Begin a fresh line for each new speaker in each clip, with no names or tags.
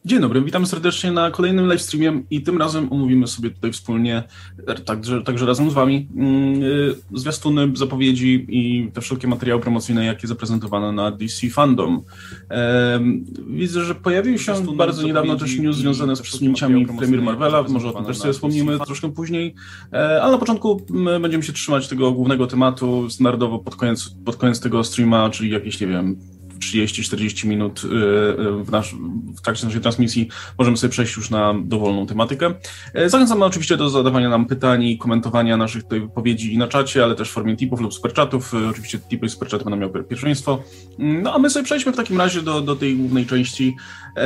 Dzień dobry, witam serdecznie na kolejnym livestreamie i tym razem omówimy sobie tutaj wspólnie, także razem z Wami, zwiastuny, zapowiedzi i te wszelkie materiały promocyjne, jakie zaprezentowano na DC Fandom. Widzę, że pojawił się bardzo niedawno też news związane z przesunięciami premier Marvela, może o tym też sobie wspomnimy troszkę później, ale na początku będziemy się trzymać tego głównego tematu standardowo pod koniec tego streama, czyli jakieś, nie wiem, 30-40 minut w trakcie naszej transmisji możemy sobie przejść już na dowolną tematykę. Zachęcamy oczywiście do zadawania nam pytań i komentowania naszych tutaj wypowiedzi i na czacie, ale też w formie tipów lub superchatów. Oczywiście tipy i superchaty będą miały pierwszeństwo. No a my sobie przejdźmy w takim razie do tej głównej części.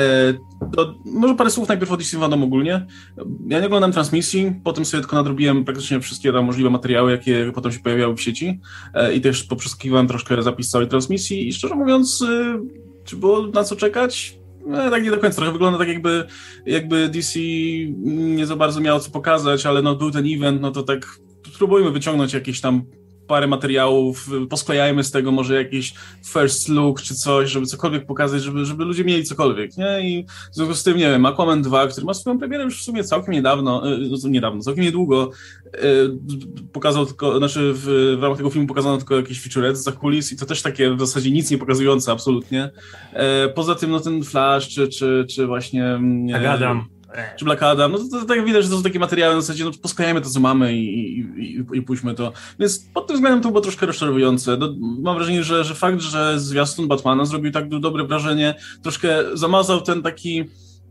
Może parę słów najpierw o DC Fandom ogólnie. Ja nie oglądam transmisji, potem sobie tylko nadrobiłem praktycznie wszystkie tam możliwe materiały, jakie potem się pojawiały w sieci i też poprzeskakiwałem troszkę zapis całej transmisji i szczerze mówiąc, czy było na co czekać? Tak nie do końca. Trochę wygląda tak, jakby DC nie za bardzo miało co pokazać, ale no był ten event, no to tak spróbujmy wyciągnąć jakieś tam parę materiałów, posklejajmy z tego może jakiś first look czy coś, żeby cokolwiek pokazać, żeby ludzie mieli cokolwiek, nie? I w związku z tym, nie wiem, Aquaman 2, który ma swoją premierę już w sumie całkiem całkiem niedługo, pokazał tylko, znaczy w ramach tego filmu pokazano tylko jakieś featurette za kulis i to też takie w zasadzie nic nie pokazujące absolutnie. Poza tym, no ten Flash, czy właśnie... Czy Black Adam, no to tak widać, że to są takie materiały na zasadzie, no posklejamy to, co mamy i pójdźmy to. Więc pod tym względem to było troszkę rozczarowujące. No, mam wrażenie, że fakt, że zwiastun Batmana zrobił tak dobre wrażenie, troszkę zamazał ten taki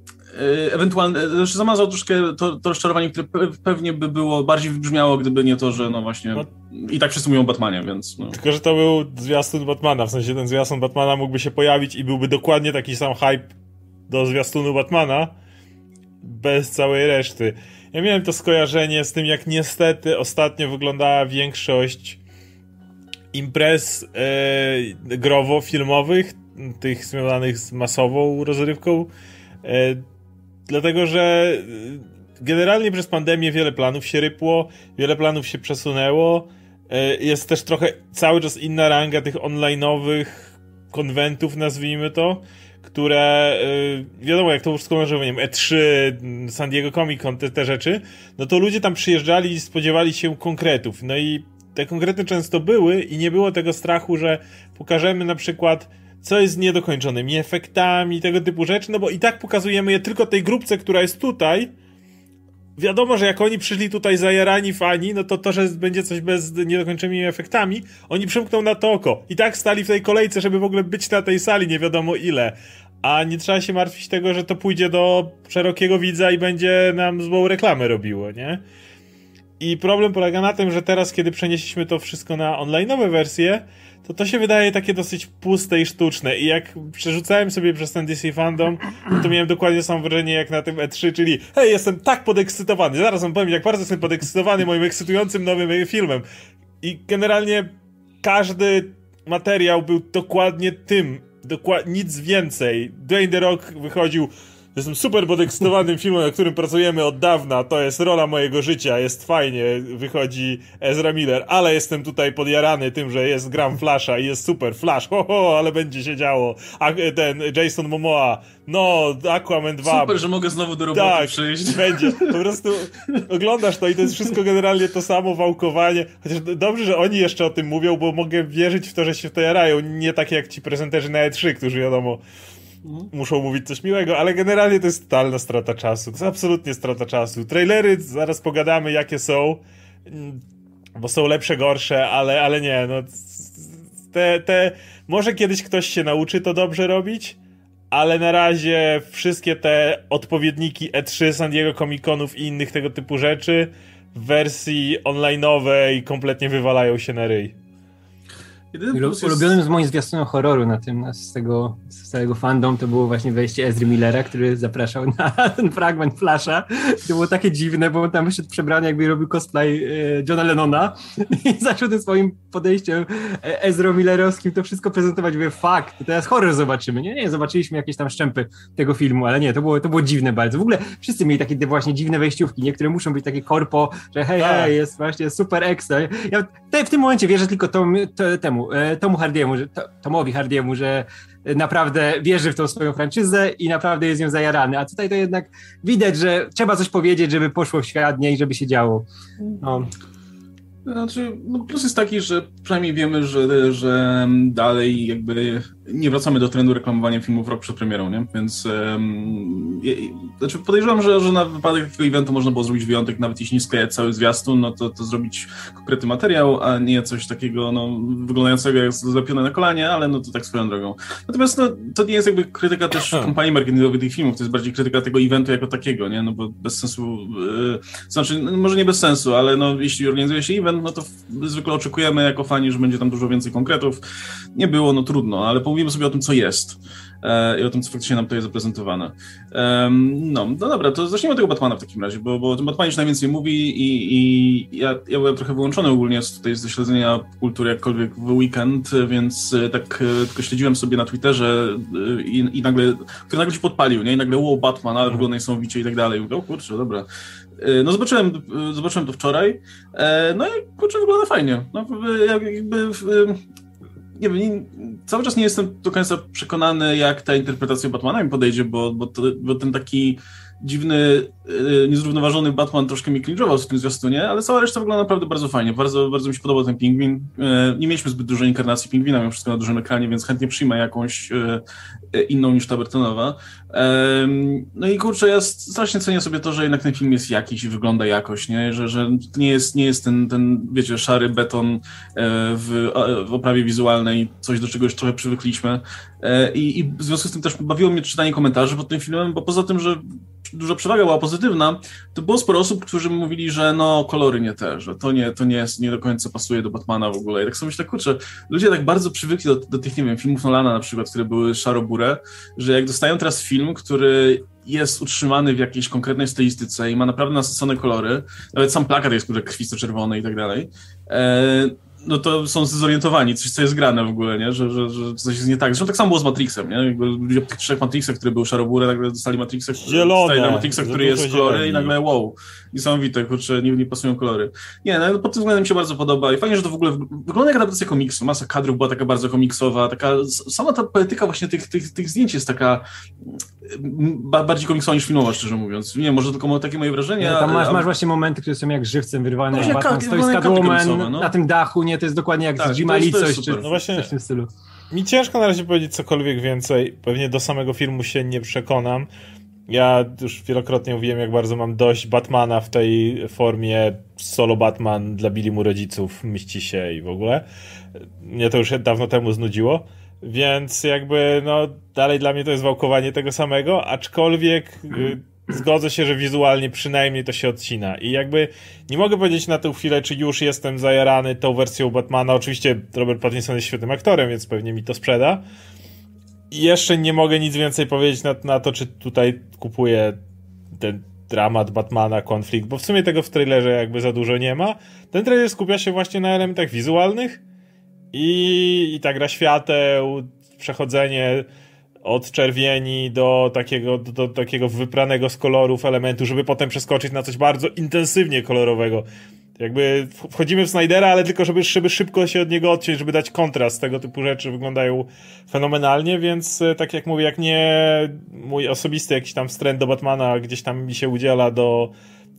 zamazał troszkę to rozczarowanie, które pewnie by było bardziej wybrzmiało, gdyby nie to, że no właśnie i tak wszyscy mówią o Batmanie, więc... No.
Tylko, że to był zwiastun Batmana, w sensie ten zwiastun Batmana mógłby się pojawić i byłby dokładnie taki sam hype do zwiastunu Batmana, bez całej reszty. Ja miałem to skojarzenie z tym, jak niestety ostatnio wyglądała większość imprez growo-filmowych, tych związanych z masową rozrywką, dlatego, że generalnie przez pandemię wiele planów się rypło, wiele planów się przesunęło, jest też trochę cały czas inna ranga tych online'owych konwentów, nazwijmy to, które, wiadomo, jak to wszystko nazywa, nie wiem, E3, San Diego Comic Con, te rzeczy, no to ludzie tam przyjeżdżali i spodziewali się konkretów. No i te konkrety często były i nie było tego strachu, że pokażemy na przykład, co jest z niedokończonymi efektami, tego typu rzeczy, no bo i tak pokazujemy je tylko tej grupce, która jest tutaj. Wiadomo, że jak oni przyszli tutaj zajarani fani, no to, że będzie coś bez niedokończonymi efektami, oni przymkną na to oko. I tak stali w tej kolejce, żeby w ogóle być na tej sali, nie wiadomo ile. A nie trzeba się martwić tego, że to pójdzie do szerokiego widza i będzie nam złą reklamę robiło, nie? I problem polega na tym, że teraz, kiedy przenieśliśmy to wszystko na online'owe wersje, to się wydaje takie dosyć puste i sztuczne. I jak przerzucałem sobie przez ten DC Fandom, to miałem dokładnie samo wrażenie jak na tym E3, czyli hej, jestem tak podekscytowany. Zaraz wam powiem, jak bardzo jestem podekscytowany moim ekscytującym nowym filmem. I generalnie każdy materiał był dokładnie tym. Nic więcej. Dwayne The Rock wychodził: jestem super podekscytowanym filmem, na którym pracujemy od dawna, to jest rola mojego życia, jest fajnie, wychodzi Ezra Miller, ale jestem tutaj podjarany tym, że gram Flasha i jest super, Flash, ale będzie się działo. A ten Jason Momoa, no, Aquaman 2.
Super, że mogę znowu do roboty przyjść.
Będzie. Po prostu oglądasz to i to jest wszystko generalnie to samo wałkowanie. Chociaż dobrze, że oni jeszcze o tym mówią, bo mogę wierzyć w to, że się w to jarają. Nie tak jak ci prezenterzy na E3, którzy wiadomo muszą mówić coś miłego, ale generalnie to jest totalna strata czasu. To jest absolutnie strata czasu. Trailery, zaraz pogadamy jakie są, bo są lepsze, gorsze, ale nie, no może kiedyś ktoś się nauczy to dobrze robić, ale na razie wszystkie te odpowiedniki E3, San Diego Comic-Conów i innych tego typu rzeczy w wersji online'owej kompletnie wywalają się na ryj.
Ulubionym z moich zwiastunów horroru z całego fandom to było właśnie wejście Ezry Millera, który zapraszał na ten fragment Flasha. To było takie dziwne, bo on tam wyszedł przebrany, jakby robił cosplay Johna Lennona i zaczął tym swoim podejściem Ezro Millerowskim to wszystko prezentować. Mówię, fakt, teraz horror zobaczymy. Nie, zobaczyliśmy jakieś tam szczępy tego filmu, ale nie, to było dziwne bardzo. W ogóle wszyscy mieli takie właśnie dziwne wejściówki, niektóre muszą być takie korpo, że hej, jest właśnie super ekstra. Ja w tym momencie wierzę tylko Tomu Hardiemu, Tomowi Hardiemu, że naprawdę wierzy w tą swoją franczyzę i naprawdę jest nią zajarany, a tutaj to jednak widać, że trzeba coś powiedzieć, żeby poszło w świat, nie, i żeby się działo. No.
Znaczy, no plus jest taki, że przynajmniej wiemy, że dalej jakby nie wracamy do trendu reklamowania filmów rok przed premierą, nie? Więc znaczy podejrzewam, że na wypadek takiego eventu można było zrobić wyjątek, nawet jeśli nie sklejać cały zwiastun, no to zrobić konkretny materiał, a nie coś takiego wyglądającego jak zlepione na kolanie, ale no to tak swoją drogą. Natomiast no, to nie jest jakby krytyka też kampanii marketingowej tych filmów, to jest bardziej krytyka tego eventu jako takiego, nie? No bo bez sensu, znaczy no, może nie bez sensu, ale no jeśli organizuje się event, no to zwykle oczekujemy jako fani, że będzie tam dużo więcej konkretów. Nie było, no trudno, ale pomówimy sobie o tym, co jest i o tym, co faktycznie nam tutaj jest zaprezentowane. No dobra, to zacznijmy od tego Batmana w takim razie, bo o tym Batmanie się najwięcej mówi i ja byłem trochę wyłączony ogólnie tutaj ze śledzenia kultury jakkolwiek w weekend, więc tak tylko śledziłem sobie na Twitterze i nagle, który nagle się podpalił, nie? I nagle wow, Batman, ale wygląda niesamowicie i tak dalej. Mówię, o kurczę, dobra. No zobaczyłem to wczoraj, no i kurczę, wygląda fajnie. No, jakby nie wiem, cały czas nie jestem do końca przekonany, jak ta interpretacja Batmana mi podejdzie, bo ten taki dziwny, niezrównoważony Batman troszkę mi cringe'ował w tym zwiastunie, ale cała reszta wygląda naprawdę bardzo fajnie. Bardzo, bardzo mi się podobał ten pingwin. Nie mieliśmy zbyt dużej inkarnacji pingwina, mimo wszystko na dużym ekranie, więc chętnie przyjmę jakąś inną niż ta Burtonowa. No i kurczę, ja strasznie cenię sobie to, że jednak ten film jest jakiś i wygląda jakoś, nie? Że nie jest ten, wiecie, szary beton w oprawie wizualnej, coś do czego już trochę przywykliśmy. I w związku z tym też bawiło mnie czytanie komentarzy pod tym filmem, bo poza tym, że duża przewaga była pozytywna, to było sporo osób, którzy mówili, że no kolory nie te, że to nie do końca pasuje do Batmana w ogóle. I tak sobie myślę, kurczę, ludzie tak bardzo przywykli do tych, nie wiem, filmów Nolana na przykład, które były szaro-burę, że jak dostają teraz film, który jest utrzymany w jakiejś konkretnej stylistyce i ma naprawdę nasycone kolory, nawet sam plakat jest krwisto-czerwony i tak dalej, no to są zdezorientowani, co jest grane w ogóle, nie? Że coś jest nie tak. Zresztą tak samo było z Matrixem, nie? Jakby ludzie tych 3 Matrixach, które były szaro-burę, nagle dostali Matrixa, który jest kolory i nagle wow, niesamowite, kurczę, nie pasują kolory. Nie, no pod tym względem mi się bardzo podoba i fajnie, że to w ogóle wygląda jak adaptacja komiksu. Masa kadrów była taka bardzo komiksowa, taka sama ta poetyka właśnie tych zdjęć jest taka bardziej komiksowa niż filmowa, szczerze mówiąc. Nie, może tylko takie moje wrażenie.
No, tam masz właśnie momenty, które są jak żywcem wyrwane. No, Batman stoi z Catwoman na tym dachu, nie? To jest dokładnie jak z Jima Lee coś w tym stylu.
Mi ciężko na razie powiedzieć cokolwiek więcej. Pewnie do samego filmu się nie przekonam. Ja już wielokrotnie mówiłem, jak bardzo mam dość Batmana w tej formie solo Batman dla Billy rodziców, mści się i w ogóle. Mnie to już dawno temu znudziło. Więc jakby, no, dalej dla mnie to jest wałkowanie tego samego, aczkolwiek zgodzę się, że wizualnie przynajmniej to się odcina. I jakby nie mogę powiedzieć na tę chwilę, czy już jestem zajarany tą wersją Batmana. Oczywiście Robert Pattinson jest świetnym aktorem, więc pewnie mi to sprzeda. I jeszcze nie mogę nic więcej powiedzieć na to, czy tutaj kupuję ten dramat Batmana, konflikt, bo w sumie tego w trailerze jakby za dużo nie ma. Ten trailer skupia się właśnie na elementach wizualnych i ta gra świateł, przechodzenie od czerwieni do takiego wypranego z kolorów elementu, żeby potem przeskoczyć na coś bardzo intensywnie kolorowego. Jakby wchodzimy w Snydera, ale tylko żeby szybko się od niego odciąć, żeby dać kontrast. Tego typu rzeczy wyglądają fenomenalnie, więc tak jak mówię, jak nie mój osobisty jakiś tam wstręt do Batmana gdzieś tam mi się udziela do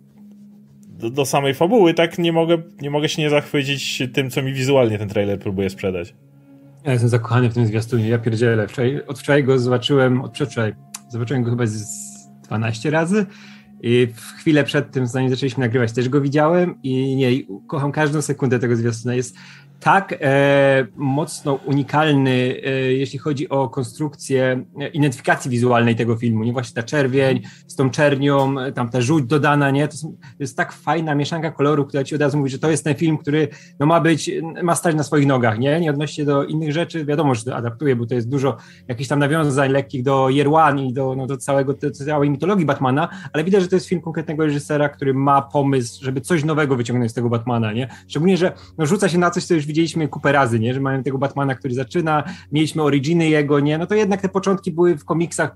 samej fabuły, tak nie mogę się nie zachwycić tym, co mi wizualnie ten trailer próbuje sprzedać.
Ja jestem zakochany w tym zwiastunie, ja pierdzielę. Od wczoraj go zobaczyłem, zobaczyłem go chyba z 12 razy i w chwilę przed tym, zanim zaczęliśmy nagrywać, też go widziałem i kocham każdą sekundę tego zwiastuna. Jest tak mocno unikalny, jeśli chodzi o konstrukcję identyfikacji wizualnej tego filmu, nie? Właśnie ta czerwień z tą czernią, tam ta żółć dodana, nie? To jest tak fajna mieszanka kolorów, która ci od razu mówi, że to jest ten film, który no, ma stać na swoich nogach, nie odnosi się do innych rzeczy, wiadomo, że to adaptuje, bo to jest dużo jakichś tam nawiązań lekkich do Year One i do całej mitologii Batmana, ale widać, że to jest film konkretnego reżysera, który ma pomysł, żeby coś nowego wyciągnąć z tego Batmana, nie? Szczególnie, że no, rzuca się na coś, co już widzieliśmy kupę razy, nie? Że mamy tego Batmana, który zaczyna, mieliśmy originy jego, nie? No to jednak te początki były w komiksach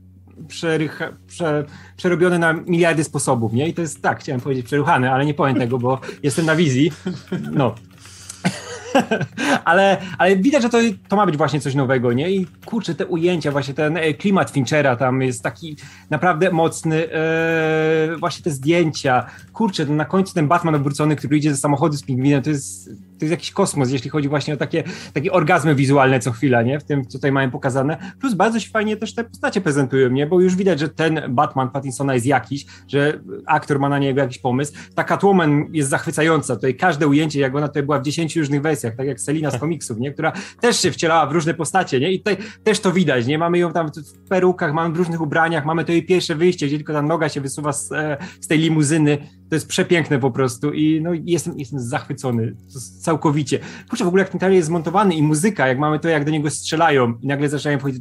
przerobione na miliardy sposobów, nie? I to jest tak, chciałem powiedzieć przeruchane, ale nie powiem tego, bo jestem na wizji. No. ale widać, że to ma być właśnie coś nowego, nie? I kurczę, te ujęcia, właśnie ten klimat Finchera tam jest taki naprawdę mocny, właśnie te zdjęcia, kurczę, na końcu ten Batman obrócony, który idzie ze samochodu z pingwinem, to jest jakiś kosmos, jeśli chodzi właśnie o takie orgazmy wizualne co chwila, nie? W tym, co tutaj mają pokazane. Plus bardzo się fajnie też te postacie prezentują, nie? Bo już widać, że ten Batman Pattinsona jest jakiś, że aktor ma na niego jakiś pomysł. Ta Catwoman jest zachwycająca. Tutaj każde ujęcie, jak ona tutaj była w 10 różnych wersjach, tak jak Selina z komiksów, nie? Która też się wcielała w różne postacie, nie? I tutaj też to widać, nie? Mamy ją tam w perukach, mamy w różnych ubraniach, mamy to jej pierwsze wyjście, gdzie tylko ta noga się wysuwa z tej limuzyny. To jest przepiękne po prostu i no, jestem zachwycony całkowicie. Kurczę, w ogóle jak ten trailer jest zmontowany i muzyka, jak mamy to, jak do niego strzelają i nagle zaczynają powiedzieć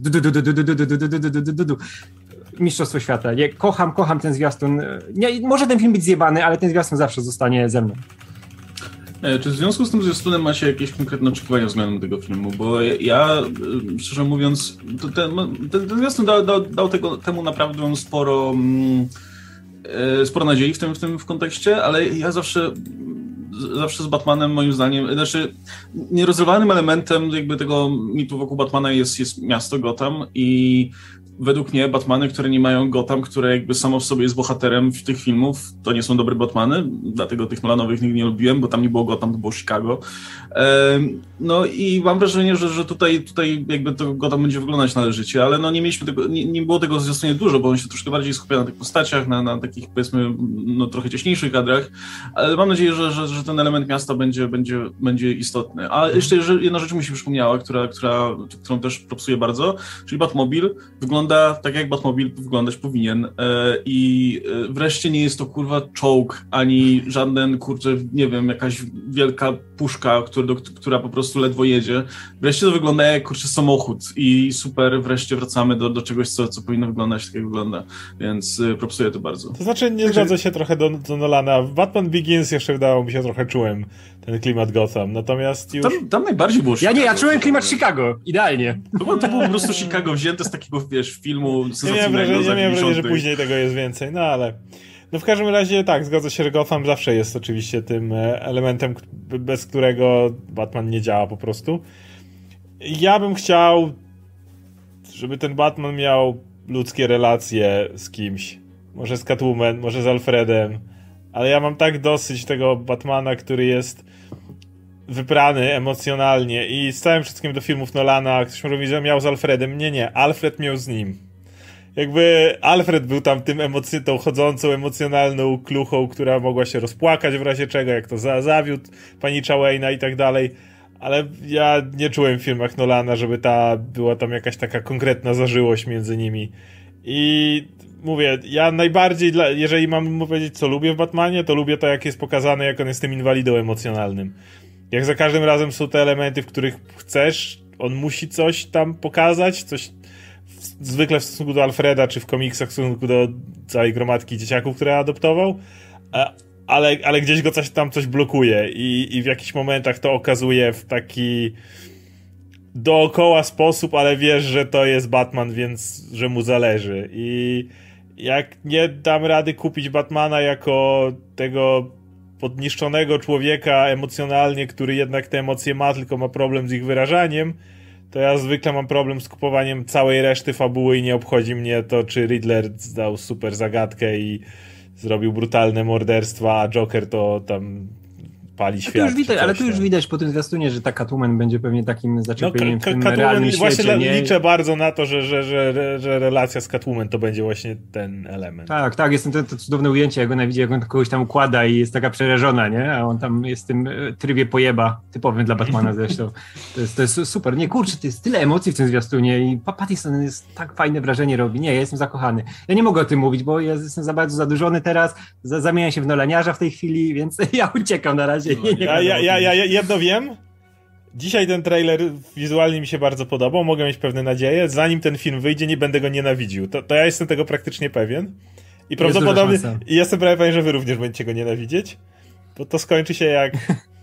mistrzostwo świata. Nie, kocham ten zwiastun. Nie, może ten film być zjebany, ale ten zwiastun zawsze zostanie ze mną.
Czy w związku z tym zwiastunem macie jakieś konkretne oczekiwania względem tego filmu? Bo ja, szczerze mówiąc, ten zwiastun dał temu naprawdę sporo nadziei w kontekście, ale ja zawsze z Batmanem, moim zdaniem, znaczy nierozerwalnym elementem jakby tego mitu wokół Batmana jest miasto Gotham i według mnie Batmany, które nie mają Gotham, które jakby samo w sobie jest bohaterem tych filmów, to nie są dobre Batmany, dlatego tych Nolanowych nigdy nie lubiłem, bo tam nie było Gotham, to było Chicago. No i mam wrażenie, że tutaj jakby to Gotham będzie wyglądać należycie, ale no nie mieliśmy tego, nie było tego zwiastunie dużo, bo on się troszkę bardziej skupia na tych postaciach, na takich powiedzmy no trochę cieśniejszych kadrach, ale mam nadzieję, że ten element miasta będzie istotny. A jeszcze jedna rzecz mi się przypomniała, którą też propsuję bardzo, czyli Batmobil wygląda tak, jak Batmobil wyglądać powinien i wreszcie nie jest to kurwa czołg, ani żaden kurczę, nie wiem, jakaś wielka puszka, która po prostu ledwo jedzie. Wreszcie to wygląda jak kurczę samochód i super, wreszcie wracamy do czegoś, co powinno wyglądać tak, jak wygląda, więc propsuję to bardzo.
To znaczy nie zgodzę się trochę do Nolana. W Batman Begins jeszcze wydało mi się trochę czułem ten klimat Gotham, natomiast już...
Tam najbardziej było Chicago.
Ja czułem klimat Chicago, idealnie.
To było po prostu Chicago wzięte z takiego, wiesz, filmu sensacyjnego.
Ja miałem wrażenie, że później tego jest więcej, no ale... No w każdym razie tak, zgodzę się, że Gotham zawsze jest oczywiście tym elementem, bez którego Batman nie działa po prostu. Ja bym chciał, żeby ten Batman miał ludzkie relacje z kimś. Może z Catwoman, może z Alfredem, ale ja mam tak dosyć tego Batmana, który jest wyprany emocjonalnie i z całym wszystkim do filmów Nolana, ktoś mówi, że miał z Alfredem. Nie, Alfred miał z nim. Jakby Alfred był tam tą chodzącą, emocjonalną kluchą, która mogła się rozpłakać w razie czego, jak to zawiódł panicza Wayne'a i tak dalej. Ale ja nie czułem w filmach Nolana, żeby była tam jakaś taka konkretna zażyłość między nimi. I mówię, ja najbardziej, jeżeli mam powiedzieć, co lubię w Batmanie, to lubię to, jak jest pokazane, jak on jest tym inwalidą emocjonalnym. Jak za każdym razem są te elementy, w których chcesz, on musi coś tam pokazać, coś zwykle w stosunku do Alfreda, czy w komiksach w stosunku do całej gromadki dzieciaków, które adoptował, ale gdzieś go coś blokuje i w jakichś momentach to okazuje w taki dookoła sposób, ale wiesz, że to jest Batman, więc że mu zależy. I jak nie dam rady kupić Batmana jako tego podniszczonego człowieka emocjonalnie, który jednak te emocje ma, tylko ma problem z ich wyrażaniem, to ja zwykle mam problem z kupowaniem całej reszty fabuły i nie obchodzi mnie to, czy Riddler zdał super zagadkę i zrobił brutalne morderstwa, a Joker to tam pali świat.
Ale tu już widać po tym zwiastunie, że ta Catwoman będzie pewnie takim zaczepieniem w tym realnym świecie.
Właśnie liczę bardzo na to, że relacja z Catwoman to będzie właśnie ten element.
Tak, jest to cudowne ujęcie, jak ona widzi, jak on kogoś tam układa i jest taka przerażona, nie? A on tam jest w tym trybie pojeba, typowym dla Batmana zresztą. To jest super. Nie, kurczę, to jest tyle emocji w tym zwiastunie i Pattinson jest tak fajne wrażenie robi. Nie, ja jestem zakochany. Ja nie mogę o tym mówić, bo ja jestem za bardzo zadłużony teraz, zamieniam się w nolaniarza w tej chwili, więc ja uciekam na razie.
Ja jedno wiem. Dzisiaj ten trailer wizualnie mi się bardzo podobał. Mogę mieć pewne nadzieje. Zanim ten film wyjdzie, nie będę go nienawidził. To ja jestem tego praktycznie pewien. I prawdopodobnie jestem prawie pewien, że wy również będziecie go nienawidzieć. Bo to skończy się jak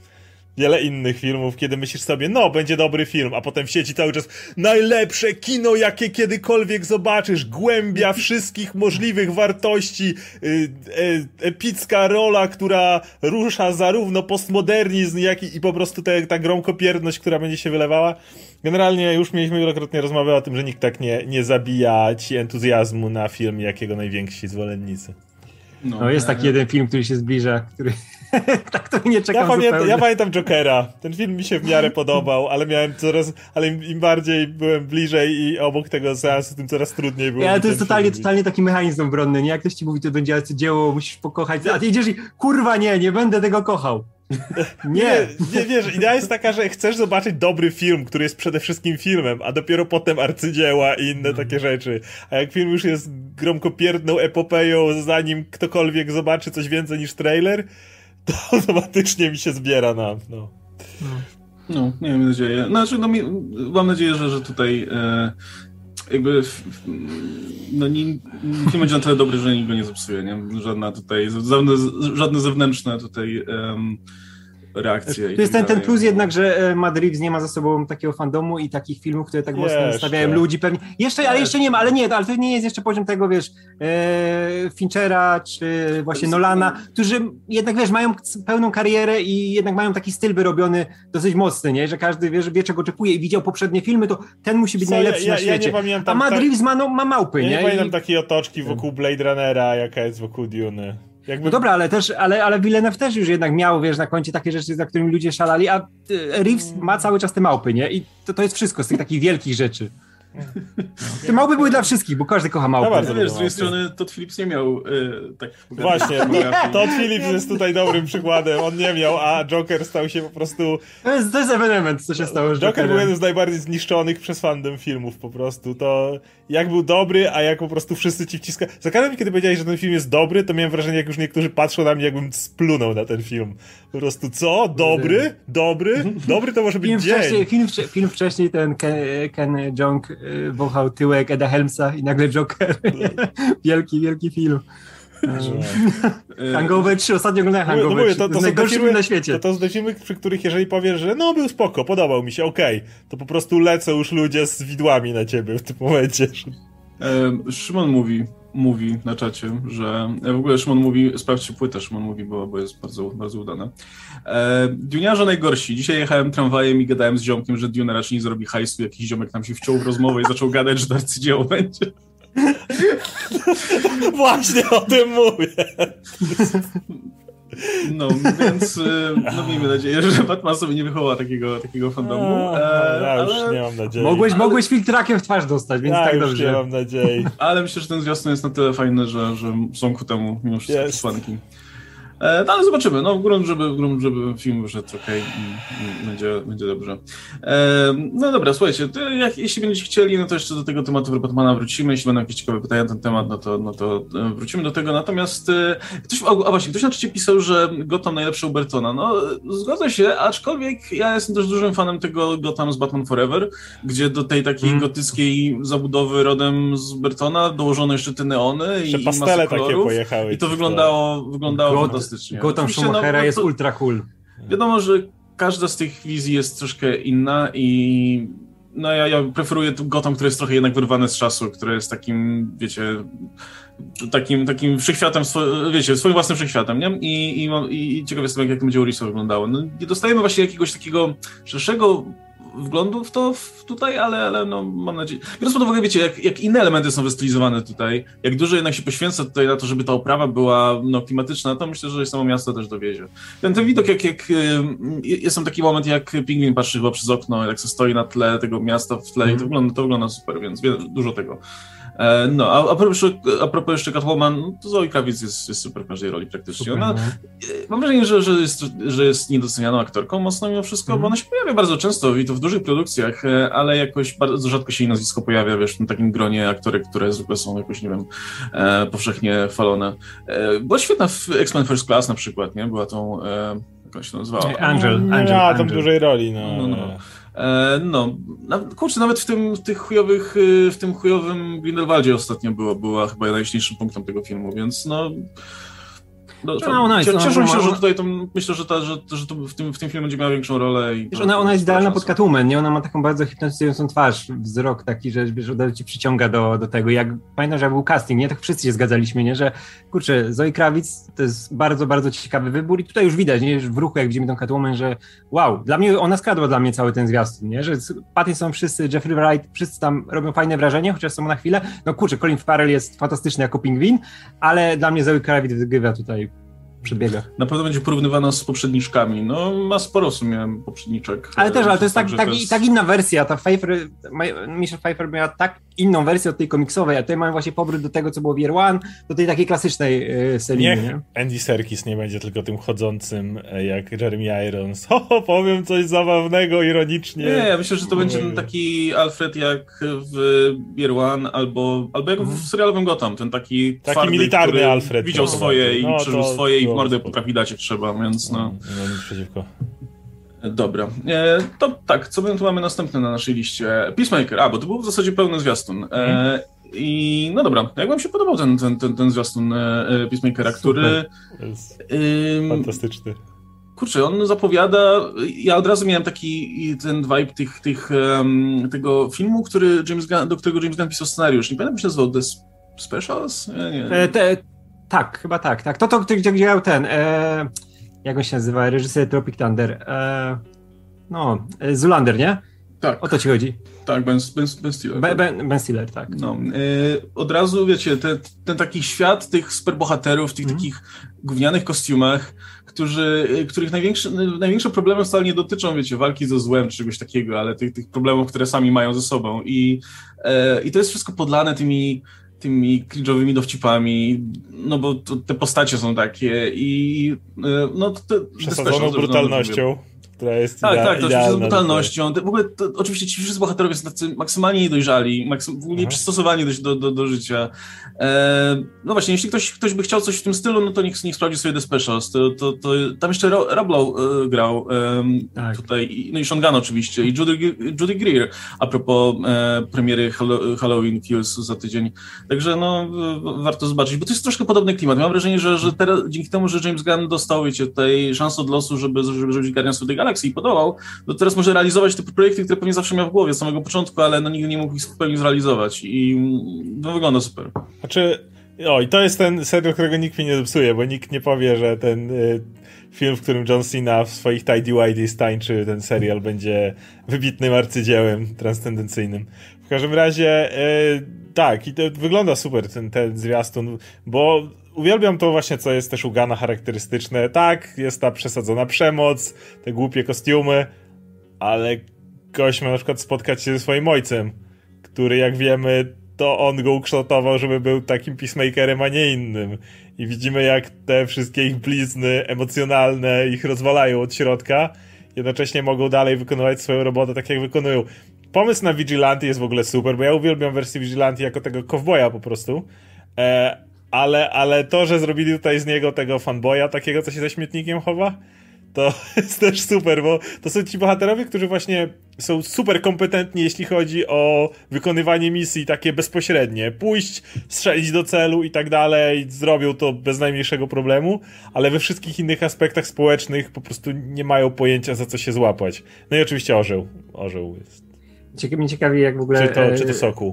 wiele innych filmów, kiedy myślisz sobie, no, będzie dobry film, a potem w sieci cały czas najlepsze kino, jakie kiedykolwiek zobaczysz, głębia wszystkich możliwych wartości, epicka rola, która rusza zarówno postmodernizm, jak i po prostu ta gromkopierność, która będzie się wylewała. Generalnie już mieliśmy wielokrotnie rozmowę o tym, że nikt tak nie zabija ci entuzjazmu na film, jak jego najwięksi zwolennicy.
No jest taki jeden film, który się zbliża, który tak to nie czekam zupełnie.
Ja pamiętam Jokera. Ten film mi się w miarę podobał, ale im bardziej byłem bliżej i obok tego seansu, tym coraz trudniej było.
Ale to jest totalnie taki mechanizm obronny, nie? Jak ktoś ci mówi, to będzie arcydzieło, musisz pokochać, a ty idziesz i kurwa nie będę tego kochał. Nie,
wiesz, idea jest taka, że chcesz zobaczyć dobry film, który jest przede wszystkim filmem, a dopiero potem arcydzieła i inne takie rzeczy. A jak film już jest gromkopierdną epopeją, zanim ktokolwiek zobaczy coś więcej niż trailer, to automatycznie mi się zbiera
No, nie mam nadzieję. Znaczy, mam nadzieję, że tutaj jakby film będzie na tyle dobry, że nikt go nie zepsuje, nie? Żadne zewnętrzne tutaj reakcje.
To jest ten plus jednak, że Matt Reeves nie ma za sobą takiego fandomu i takich filmów, które tak mocno nastawiają ludzi pewnie. Ale jeszcze nie ma, ale to nie jest jeszcze poziom tego, wiesz, Finchera czy właśnie Nolana, którzy jednak, wiesz, mają pełną karierę i jednak mają taki styl wyrobiony dosyć mocny, nie? Że każdy wie czego oczekuje i widział poprzednie filmy, to ten musi być najlepszy na świecie.
Nie pamiętam,
a Matt Reeves ma małpy, nie?
Ja nie pamiętam takiej otoczki wokół Blade Runnera, jaka jest wokół Dune.
No dobra, ale Villeneuve też już jednak miał, wiesz, na koncie takie rzeczy, za którymi ludzie szalali, a Reeves ma cały czas te małpy, nie? I to jest wszystko z tych takich wielkich rzeczy. Te małpy były dla wszystkich, bo każdy kocha małpy.
No wiesz, z drugiej strony Todd Phillips nie miał tak...
Właśnie, Todd Phillips jest tutaj dobrym przykładem, on nie miał, a Joker stał się po prostu...
To jest ewenement, co się stało z
Joker był jeden z najbardziej zniszczonych przez fandom filmów po prostu, to jak był dobry, a jak po prostu wszyscy ci wciskają... Za każdym, kiedy powiedziałeś, że ten film jest dobry, to miałem wrażenie, jak już niektórzy patrzą na mnie, jakbym splunął na ten film. Po prostu, co? Dobry? Dobry to może być dzień.
Film wcześniej, ten Ken Jeong wąchał tyłek Eda Helmsa i nagle Joker. Wielki film. Hangover 3, ostatnio oglądałem Hangover 3, to jest najgorszy film na świecie.
To są filmy, przy których jeżeli powiesz, że no był spoko, podobał mi się, okej, to po prostu lecą już ludzie z widłami na ciebie w tym momencie.
Szymon mówi na czacie, że w ogóle Szymon mówi, sprawdźcie płytę, Szymon mówi, bo jest bardzo, bardzo udane. Duniarze najgorsi. Dzisiaj jechałem tramwajem i gadałem z ziomkiem, że Dune raczej nie zrobi hajsu, jakiś ziomek nam się wciął w rozmowę i zaczął gadać, że to arcydzieło będzie.
Właśnie o tym mówię.
No, więc miejmy nadzieję, że Batman sobie nie wychowa takiego fandomu.
Ja już nie mam nadziei.
Mogłeś filtrakiem w twarz dostać, więc tak dobrze.
Nie mam nadziei.
Ale myślę, że ten zwiastun jest na tyle fajny, że są ku temu mimo wszystko przesłanki. No ale zobaczymy. No, grunt, żeby film wyszedł okej i będzie dobrze. No dobra, słuchajcie, jeśli będziecie chcieli, no to jeszcze do tego tematu Batmana wrócimy. Jeśli będą jakieś ciekawe pytania na ten temat, no to wrócimy do tego. Natomiast ktoś na czacie pisał, że Gotham najlepszy u Burtona. No, zgodzę się, aczkolwiek ja jestem też dużym fanem tego Gotham z Batman Forever, gdzie do tej takiej gotyckiej zabudowy rodem z Burtona dołożono jeszcze te neony i
pastele takie pojechały.
I to wyglądało fantastycznie.
Gotham Schumachera jest ultra cool.
Wiadomo, że każda z tych wizji jest troszkę inna i no ja preferuję Gotham, który jest trochę jednak wyrwany z czasu, który jest takim, wiecie, takim wszechświatem, wiecie, swoim własnym wszechświatem, nie? I ciekaw jestem, jak to będzie u Reevesa wyglądało. No, nie dostajemy właśnie jakiegoś takiego szerszego wglądu w to tutaj, ale no mam nadzieję. Biorąc pod uwagę, wiecie, jak inne elementy są wystylizowane tutaj, jak dużo jednak się poświęca tutaj na to, żeby ta oprawa była klimatyczna, to myślę, że samo miasto też dowiezie. Ten widok, jest tam taki moment, jak pingwin patrzy chyba przez okno, jak stoi na tle tego miasta w tle i to wygląda super, więc dużo tego. No, a propos jeszcze Catwoman, to Zoe Kravitz jest super w każdej roli praktycznie. Ona, mam wrażenie, że jest niedocenianą aktorką mocno mimo wszystko, bo ona się pojawia bardzo często i to w dużych produkcjach, ale jakoś bardzo rzadko się jej nazwisko pojawia, wiesz, w tym takim gronie aktorek, które zwykle są jakoś, nie wiem, powszechnie chwalone. Była świetna w X-Men First Class na przykład, nie? Była tą, jak się nazywała?
Angel.
Tam dużej roli,
No, kurczę, nawet w tym chujowym Grindelwaldzie ostatnio była chyba najjaśniejszym punktem tego filmu, więc no... Cieszę się, że tutaj to, myślę, że to w tym filmie będzie miała większą rolę.
Ona jest idealna pod Catwoman, nie? Ona ma taką bardzo hipnotyzującą twarz, wzrok taki, że wiesz, od razu ci przyciąga do tego. Pamiętam, że był casting, nie? Tak wszyscy się zgadzaliśmy, nie? Że kurczę, Zoe Kravitz to jest bardzo, bardzo ciekawy wybór i tutaj już widać, nie? W ruchu, jak widzimy tą Catwoman, że wow, dla mnie ona skradła dla mnie cały ten zwiastun, nie? Że Pattinson, wszyscy, Jeffrey Wright, wszyscy tam robią fajne wrażenie, chociaż są na chwilę. No kurczę, Colin Farrell jest fantastyczny jako pingwin, ale dla mnie Zoe Kravitz wygrywa tutaj. Przedbiega.
Na pewno będzie porównywana z poprzedniczkami. No, ma sporo w sumie poprzedniczek.
Ale to jest tak inna wersja. Michelle Pfeiffer miała tak inną wersję od tej komiksowej, a tutaj mamy właśnie powrót do tego, co było w Year One, do tej takiej klasycznej Seliny.
Niech Andy Serkis nie będzie tylko tym chodzącym, jak Jeremy Irons. Powiem coś zabawnego, ironicznie.
Nie, ja myślę, że to będzie taki Alfred jak w Year One, albo jak w serialowym Gotham. Ten taki twardy,
militarny
który
Alfred.
Widział swoje i przeżył swoje i mordę potrafi dać jak trzeba, więc no.
Nic przeciwko.
Dobra. To tak, co my tu mamy następne na naszej liście? Peacemaker, bo to był w zasadzie pełny zwiastun. I no dobra, jak wam się podobał ten zwiastun Peacemakera, który...
Fantastyczny.
Kurczę, on zapowiada... Ja od razu miałem ten vibe tego filmu, do którego James Gunn pisał scenariusz. Nie pamiętam, jak się nazywał, The Specials? Nie.
Tak, chyba tak. To gdzie grał ten... jak on się nazywa? Reżyser Tropic Thunder. Zoolander, nie?
Tak.
O to ci chodzi.
Tak, Ben Stiller.
Ben Stiller, tak.
No, od razu, wiecie, ten taki świat tych superbohaterów w tych takich gównianych kostiumach, których największe problemy wcale nie dotyczą, wiecie, walki ze złem czy czegoś takiego, ale tych problemów, które sami mają ze sobą. I to jest wszystko podlane tymi cringe'owymi dowcipami, no bo te postacie są takie i no...
Przesadzoną brutalnością, która jest
Tak, oczywiście z
brutalnością.
W ogóle oczywiście ci wszyscy bohaterowie są tacy maksymalnie niedojrzali, nieprzystosowani do życia. No właśnie, jeśli ktoś by chciał coś w tym stylu, no to niech sprawdzi sobie The Specials. Tam jeszcze Rob Lowe grał tutaj, no i Sean Gunn oczywiście, i Judy Greer, a propos premiery Halloween Kills za tydzień. Także no, warto zobaczyć, bo to jest troszkę podobny klimat. Mam wrażenie, że teraz, dzięki temu, że James Gunn dostał, wiecie, tej szansę od losu, żeby zrobić Guardians of the Galaxy i podobał, to teraz może realizować te projekty, które pewnie zawsze miał w głowie od samego początku, ale no nigdy nie mógł ich w pełni zrealizować i no, wygląda super.
I to jest ten serial, którego nikt mi nie zepsuje, bo nikt nie powie, że ten film, w którym John Cena w swoich tidy-whities tańczy, ten serial będzie wybitnym arcydziełem transcendencyjnym. W każdym razie tak, i to wygląda super ten zwiastun, bo uwielbiam to właśnie, co jest też u Gunna charakterystyczne. Tak, jest ta przesadzona przemoc, te głupie kostiumy, ale gość ma na przykład spotkać się ze swoim ojcem, który, jak wiemy, to on go ukształtował, żeby był takim peacemakerem, a nie innym. I widzimy, jak te wszystkie ich blizny emocjonalne ich rozwalają od środka, jednocześnie mogą dalej wykonywać swoją robotę tak, jak wykonują. Pomysł na Vigilante jest w ogóle super, bo ja uwielbiam wersję Vigilante jako tego cowboya po prostu, ale to, że zrobili tutaj z niego tego fanboya, takiego, co się za śmietnikiem chowa, to jest też super, bo to są ci bohaterowie, którzy właśnie są super kompetentni, jeśli chodzi o wykonywanie misji takie bezpośrednie. Pójść, strzelić do celu i tak dalej, zrobią to bez najmniejszego problemu, ale we wszystkich innych aspektach społecznych po prostu nie mają pojęcia, za co się złapać. No i oczywiście orzeł. Orzeł jest.
Mnie ciekawi, jak w ogóle...
Czy to Sokół.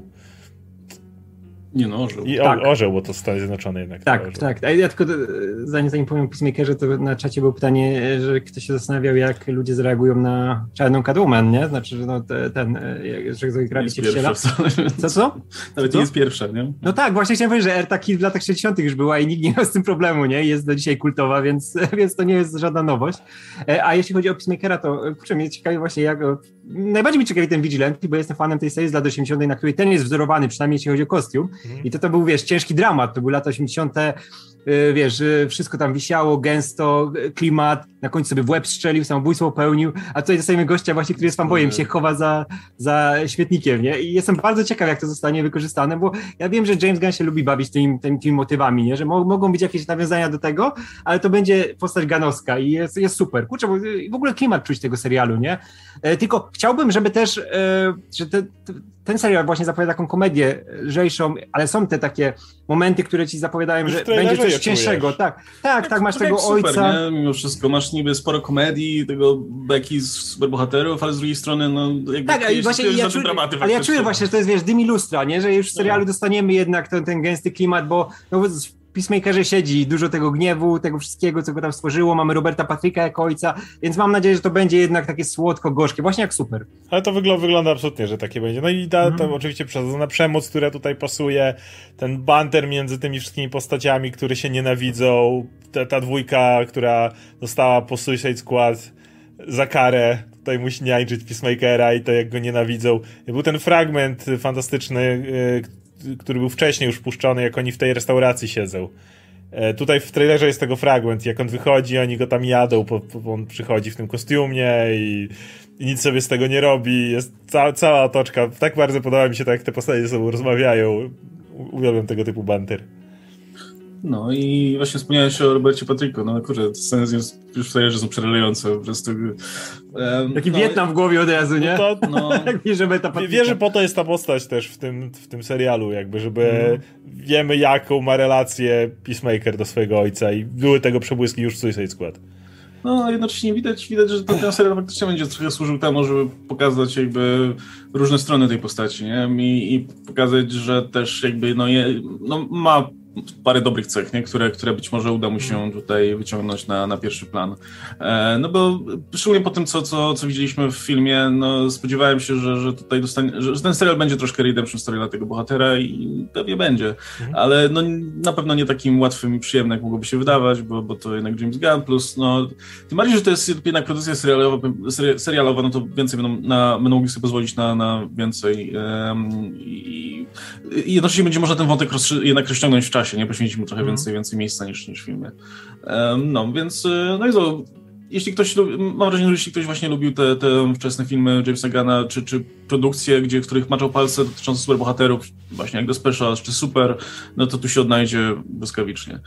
Nie no, orzeł.
I orzeł, bo to Stany Zjednoczone jednak.
Tak. A ja tylko zanim powiem o Peacemakerze, to na czacie było pytanie, że ktoś się zastanawiał, jak ludzie zareagują na czarną Catwoman, nie? Znaczy, że no że Zoe Kravitz się wciela. Co?
Nawet nie jest pierwsza, nie?
No tak, właśnie chciałem powiedzieć, że Erta Kill w latach 60. już była i nikt nie miał z tym problemu, nie? Jest do dzisiaj kultowa, więc to nie jest żadna nowość. A jeśli chodzi o Peacemakera, to kurczę, mnie ciekawi właśnie najbardziej mi ciekawi ten Vigilante, bo jestem fanem tej serii z lat 80., na której ten jest wzorowany, przynajmniej jeśli chodzi o kostium. I to był, ciężki dramat, to były lata 80., wszystko tam wisiało, gęsto, klimat, na końcu sobie w łeb strzelił, samobójstwo popełnił, a tutaj dostajemy gościa właśnie, który jest fanboyem, się chowa za świetnikiem, nie? I jestem bardzo ciekaw, jak to zostanie wykorzystane, bo ja wiem, że James Gunn się lubi bawić tymi motywami, nie? Że mogą być jakieś nawiązania do tego, ale to będzie postać Gunnowska i jest super. Kurczę, bo w ogóle klimat czuć tego serialu, nie? Tylko chciałbym, żeby też, że ten serial właśnie zapowiada taką komedię lżejszą, ale są te takie momenty, które ci zapowiadają, że będzie coś cięższego. Tak, masz tego
super,
ojca.
Nie? Mimo wszystko masz niby sporo komedii, tego beki z superbohaterów, ale z drugiej strony
tak, właśnie ja czuję właśnie, że to jest, wiesz, dym i lustra, nie? Że już w serialu dostaniemy jednak ten gęsty klimat, bo w Peacemakerze siedzi dużo tego gniewu, tego wszystkiego, co go tam stworzyło. Mamy Roberta Patricka jako ojca, więc mam nadzieję, że to będzie jednak takie słodko-gorzkie, właśnie jak Super.
Ale to wygląda absolutnie, że takie będzie. No i ta oczywiście przesadzona przemoc, która tutaj pasuje, ten banter między tymi wszystkimi postaciami, które się nienawidzą, ta dwójka, która została po Suicide Squad za karę, tutaj musi niańczyć Peacemakera i to jak go nienawidzą. Był ten fragment fantastyczny, który był wcześniej już puszczony, jak oni w tej restauracji siedzą. Tutaj w trailerze jest tego fragment, jak on wychodzi, oni go tam jadą, bo on przychodzi w tym kostiumie i nic sobie z tego nie robi. Jest cała otoczka. Tak bardzo podoba mi się to, jak te postacie ze sobą rozmawiają. Uwielbiam tego typu banter.
No i właśnie wspomniałeś o Robercie Patricku. No kurczę, te sceny już w trailerze są przerażające. Po prostu
taki Wietnam w głowie od razu, nie?
Wie, że po to jest ta postać też w tym serialu, jakby, żeby wiemy, jaką ma relację Peacemaker do swojego ojca i były tego przebłyski już w Suicide Squad.
No, a jednocześnie widać, że ten serial faktycznie będzie trochę służył temu, żeby pokazać jakby różne strony tej postaci, nie? I pokazać, że też jakby ma parę dobrych cech, nie? Które być może uda mu się tutaj wyciągnąć na pierwszy plan. No bo szczególnie po tym, co widzieliśmy w filmie, no spodziewałem się, że tutaj że ten serial będzie troszkę redemption story dla tego bohatera i pewnie będzie. Ale no na pewno nie takim łatwym i przyjemnym, jak mogłoby się wydawać, bo to jednak James Gunn, plus no tym bardziej, że to jest jednak produkcja serialowa, no to więcej będą mogli sobie pozwolić na więcej i jednocześnie będzie można ten wątek jednak rozciągnąć w czasie, nie? Poświęcić mu trochę więcej miejsca niż w filmie. No, więc no i to, mam wrażenie, że jeśli ktoś właśnie lubił te wczesne filmy Jamesa Gunna, czy produkcje, w których maczał palce dotyczące superbohaterów, właśnie jak The Specials, czy Super, no to tu się odnajdzie błyskawicznie.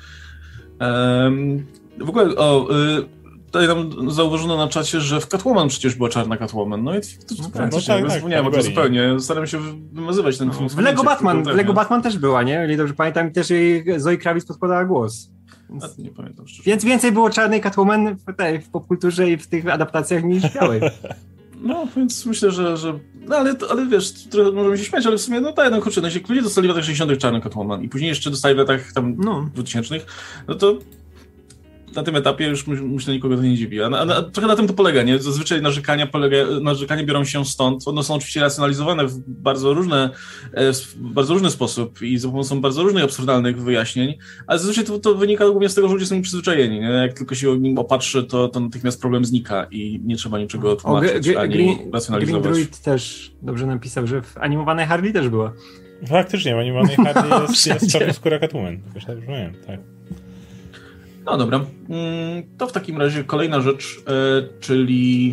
W ogóle, tutaj nam zauważono na czacie, że w Catwoman przecież była czarna Catwoman. No i zapomniałem o tym zupełnie. Staram się wymazywać ten film.
W Lego Batman też była, nie? Jeżeli dobrze pamiętam, i też jej Zoe Kravitz podkładała głos.
Nie pamiętam szczerze.
Więc więcej było czarnej Catwoman w popkulturze i w tych adaptacjach niż białej.
No, więc myślę, że no ale wiesz, trochę możemy się śmiać, ale w sumie, no tak, no kurczę, jak ludzie dostali w latach 60. czarną Catwoman i później jeszcze dostali w latach tam 2000, no to na tym etapie już myślę, nikogo to nie dziwi. A trochę na tym to polega, nie? Zazwyczaj narzekania biorą się stąd. One są oczywiście racjonalizowane w bardzo różny sposób i za pomocą bardzo różnych absurdalnych wyjaśnień, ale zazwyczaj to wynika głównie z tego, że ludzie są przyzwyczajeni. Nie? Jak tylko się o nim opatrzy, to natychmiast problem znika i nie trzeba niczego tłumaczyć ani racjonalizować.
Green Druid też dobrze napisał, że w animowanej Harley też była.
Faktycznie, w animowanej Harley jest czarnoskóra Catwoman. Tak.
No dobra, to w takim razie kolejna rzecz, czyli...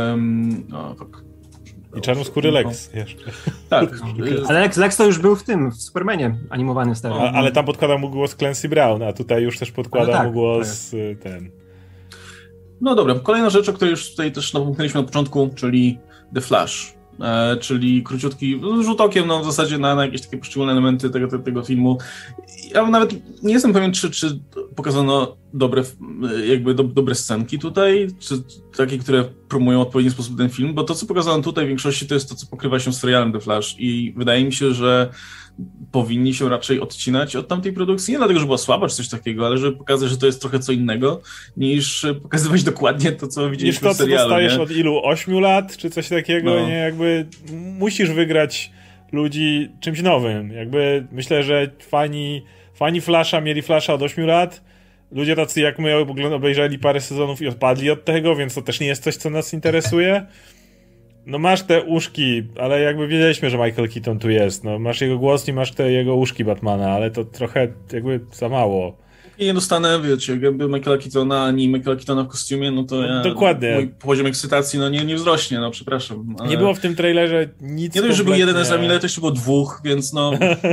I czarnoskóry Lex jeszcze.
Tak.
Ale Lex to już był w Supermanie animowanym starym.
Ale tam podkładał mu głos Clancy Brown, a tutaj już też podkładał mu głos ten...
No dobra, kolejna rzecz, o której już tutaj też napomknęliśmy na początku, czyli The Flash. Czyli króciutki rzut okiem w zasadzie na jakieś takie poszczególne elementy tego filmu. Ja nawet nie jestem pewien, czy pokazano dobre scenki tutaj, czy takie, które promują w odpowiedni sposób ten film, bo to, co pokazano tutaj w większości, to jest to, co pokrywa się z serialem The Flash i wydaje mi się, że powinni się raczej odcinać od tamtej produkcji, nie dlatego, że była słaba czy coś takiego, ale żeby pokazać, że to jest trochę co innego, niż pokazywać dokładnie to, co widzieliśmy w serialu. Niż to, co
dostajesz od ilu? 8 lat, czy coś takiego? No. Nie, jakby musisz wygrać ludzi czymś nowym. Jakby myślę, że fani Flasha mieli Flasha od 8 lat, ludzie tacy jak my obejrzeli parę sezonów i odpadli od tego, więc to też nie jest coś, co nas interesuje. No masz te uszki, ale jakby wiedzieliśmy, że Michael Keaton tu jest. No masz jego głos i masz te jego uszki Batmana, ale to trochę jakby za mało.
I nie dostanę, wiecie, jakby Michaela Keatona ani Michaela Keatona w kostiumie, no to
dokładnie.
Mój poziom ekscytacji nie wzrośnie, no przepraszam. Ale...
Nie było w tym trailerze nic. Nie
dość, że był jeden Ezra, to jeszcze było 2, więc no...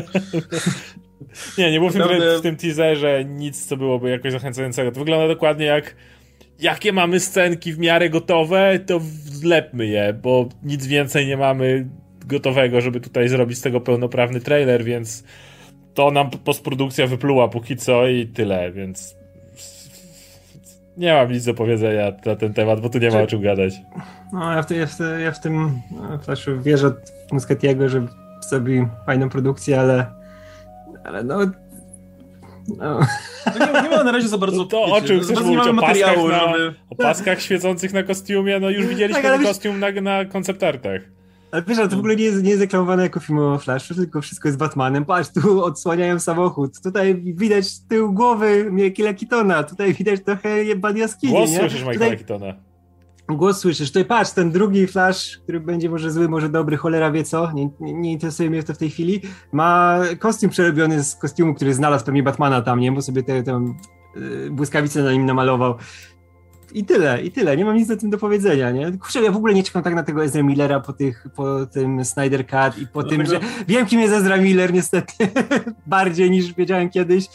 nie było w tym teaserze nic, co byłoby jakoś zachęcającego. To wygląda dokładnie jak jakie mamy scenki w miarę gotowe, to zlepmy je, bo nic więcej nie mamy gotowego, żeby tutaj zrobić z tego pełnoprawny trailer, więc to nam postprodukcja wypluła póki co i tyle, więc nie mam nic do powiedzenia na ten temat, bo tu nie ma o czym gadać.
No, ja w tym Flashu wierzę w Muschettiego, że zrobi fajną produkcję, ale no.
Nie ma na razie za bardzo...
To o czym chcesz mówić? O paskach świecących na kostiumie? No już widzieliśmy ten kostium na konceptartach.
Ale wiesz, to w ogóle nie jest reklamowane jako film o Flashu, tylko wszystko jest Batmanem. Patrz, tu odsłaniają samochód, tutaj widać tył głowy Michaela Keatona, tutaj widać trochę jebany jaskini,
Głos
nie?
słyszysz Michaela Keatona.
Głos słyszysz, tutaj patrz, ten drugi Flash, który będzie może zły, może dobry, cholera wie co, nie interesuje mnie to w tej chwili, ma kostium przerobiony z kostiumu, który znalazł pewnie Batmana tam, nie? Bo sobie tę błyskawicę na nim namalował. I tyle, nie mam nic o tym do powiedzenia, nie? Kurczę, ja w ogóle nie czekam tak na tego Ezra Millera po tym Snyder Cut i po tym, że wiem, kim jest Ezra Miller, niestety, bardziej niż wiedziałem kiedyś,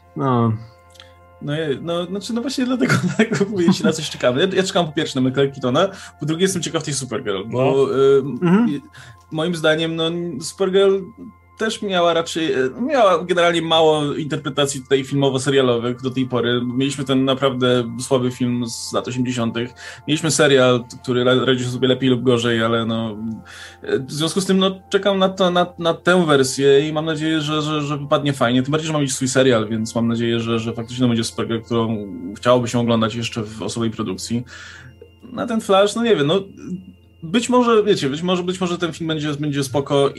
No właśnie dlatego mówię, się na coś czekamy. Ja czekam po pierwsze na Michaela Keatona, po drugie jestem ciekaw tej Supergirl, bo moim zdaniem Supergirl też miała generalnie mało interpretacji tutaj filmowo-serialowych do tej pory. Mieliśmy ten naprawdę słaby film z lat 80. Mieliśmy serial, który radził sobie lepiej lub gorzej, ale w związku z tym czekam na tę wersję i mam nadzieję, że wypadnie fajnie. Tym bardziej, że ma mieć swój serial, więc mam nadzieję, że faktycznie to będzie Supergirl, którą chciałoby się oglądać jeszcze w osobnej produkcji. Na ten Flash, nie wiem, być może ten film będzie spoko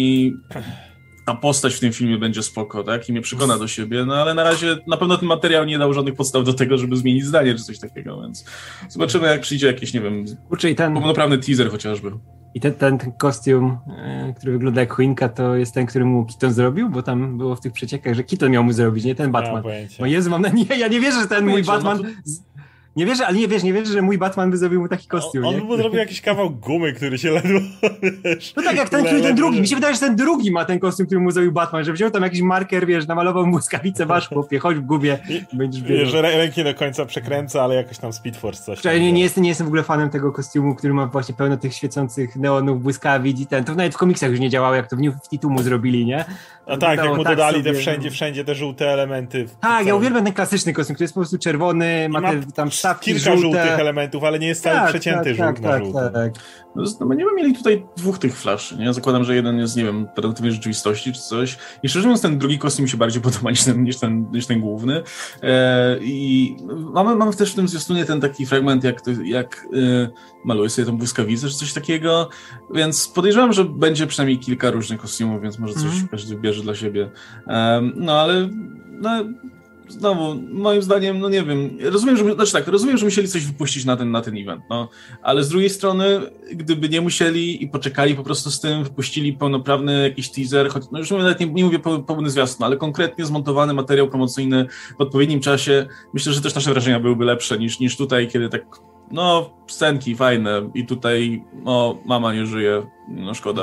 a postać w tym filmie będzie spoko, tak? I mnie przekona do siebie, ale na razie na pewno ten materiał nie dał żadnych podstaw do tego, żeby zmienić zdanie czy coś takiego, więc zobaczymy, jak przyjdzie jakiś, nie wiem, pełnoprawny teaser chociażby. I
ten kostium, który wygląda jak choinka, to jest ten, który mu Keaton zrobił? Bo tam było w tych przeciekach, że Keaton miał mu zrobić, nie ten Batman. Bo Jezu, ja nie wierzę, że ten mój Batman... Nie wierzę, że mój Batman by zrobił mu taki kostium.
On by zrobił jakiś kawał gumy, który się ledwo, wiesz...
No tak jak ten drugi. Mi się wydaje, że ten drugi ma ten kostium, który mu zrobił Batman, że wziął tam jakiś marker, wiesz, namalował błyskawicę, masz chłopie, chodź w gubie.
Że ręki do końca przekręca, ale jakoś tam Speed Force coś.
Nie jestem w ogóle fanem tego kostiumu, który ma właśnie pełno tych świecących neonów, błyskawic i to nawet w komiksach już nie działało, jak to w New 52 mu zrobili, nie?
A tak, jak mu dodali wszędzie te żółte elementy.
Tak, ja uwielbiam ten klasyczny kostium, który jest po prostu czerwony, ma tam
kilka żółtych elementów, ale nie jest cały przecięty żółty na żółty.
Tak.
Będziemy mieli tutaj dwóch tych Flaszy, nie? Zakładam, że jeden jest, nie wiem, perspektywie rzeczywistości czy coś. I szczerze mówiąc, ten drugi kostium mi się bardziej podoba niż ten główny. I mamy też w tym zwiastunie ten taki fragment, jak maluje sobie tą błyskawicę czy coś takiego, więc podejrzewam, że będzie przynajmniej kilka różnych kostiumów, więc może coś każdy wybierze dla siebie. Ale znowu, moim zdaniem, nie wiem, rozumiem, że musieli coś wypuścić na ten event, ale z drugiej strony, gdyby nie musieli i poczekali po prostu z tym, wypuścili pełnoprawny jakiś teaser, choć już nawet nie mówię pełny zwiastun, ale konkretnie zmontowany materiał promocyjny w odpowiednim czasie, myślę, że też nasze wrażenia byłyby lepsze niż tutaj, kiedy tak scenki fajne i tutaj mama nie żyje, szkoda.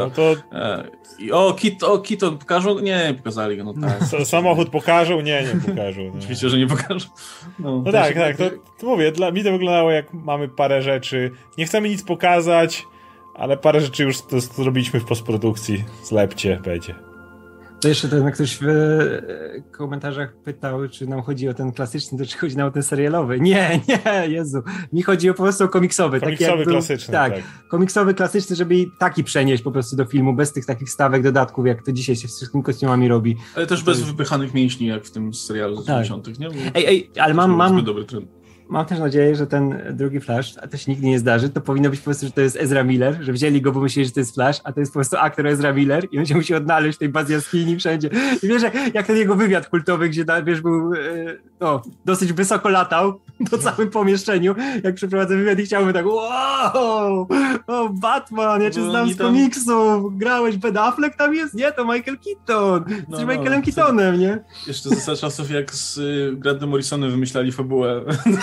Keaton pokażą? Nie pokazali go, tak.
Samochód pokażą? Nie pokażą.
Oczywiście, że nie pokażą.
Tak, to mówię, dla mnie to wyglądało jak mamy parę rzeczy, nie chcemy nic pokazać, ale parę rzeczy już zrobiliśmy w postprodukcji, zlepcie, będzie.
To jeszcze ktoś w komentarzach pytał, czy nam chodzi o ten klasyczny, czy chodzi nam o ten serialowy. Nie, Jezu. Mi chodzi po prostu o komiksowy.
Komiksowy, klasyczny. Tak,
komiksowy, klasyczny, żeby taki przenieść po prostu do filmu, bez tych takich stawek, dodatków, jak to dzisiaj się z wszystkimi kostiumami robi.
Ale też bez wypychanych mięśni, jak w tym serialu z 80. nie?
Ale mam
dobry trend.
Mam też nadzieję, że ten drugi Flash, a to się nigdy nie zdarzy, to powinno być po prostu, że to jest Ezra Miller, że wzięli go, bo myśleli, że to jest Flash, a to jest po prostu aktor Ezra Miller i on się musi odnaleźć w tej bazie jaskini wszędzie. I wiesz, jak ten jego wywiad kultowy, gdzie wiesz, był dosyć wysoko latał po całym pomieszczeniu, jak przeprowadzę wywiad i chciałbym tak wow, Batman, ja cię znam z komiksów, grałeś, Ben Affleck tam jest? Nie, to Michael Keaton, jesteś Michaelem Keatonem, nie?
Jeszcze za czasów, jak z Grantem Morrisonem wymyślali fabułę.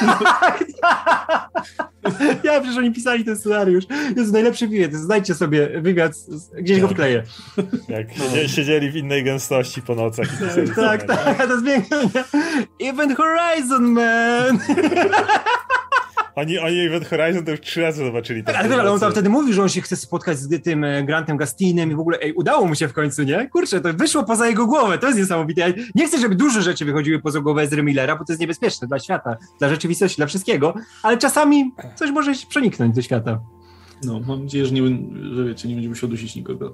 Ja, przecież oni pisali ten scenariusz. Jest najlepszy wywiad. Znajdźcie sobie wywiad, gdzieś go wkleję.
Jak siedzieli w innej gęstości po nocach.
Tak, to jest piękne. Event Horizon, man!
Oni Event Horizon to już 3 razy zobaczyli.
Tak, ale on tam wtedy mówi, że on się chce spotkać z tym Grantem Gustinem i w ogóle udało mu się w końcu, nie? Kurczę, to wyszło poza jego głowę, to jest niesamowite. Ja nie chcę, żeby duże rzeczy wychodziły poza głowę Ezry Millera, bo to jest niebezpieczne dla świata, dla rzeczywistości, dla wszystkiego, ale czasami coś może się przeniknąć do świata.
No, mam nadzieję, że wiecie, nie będziemy się udusić nikogo.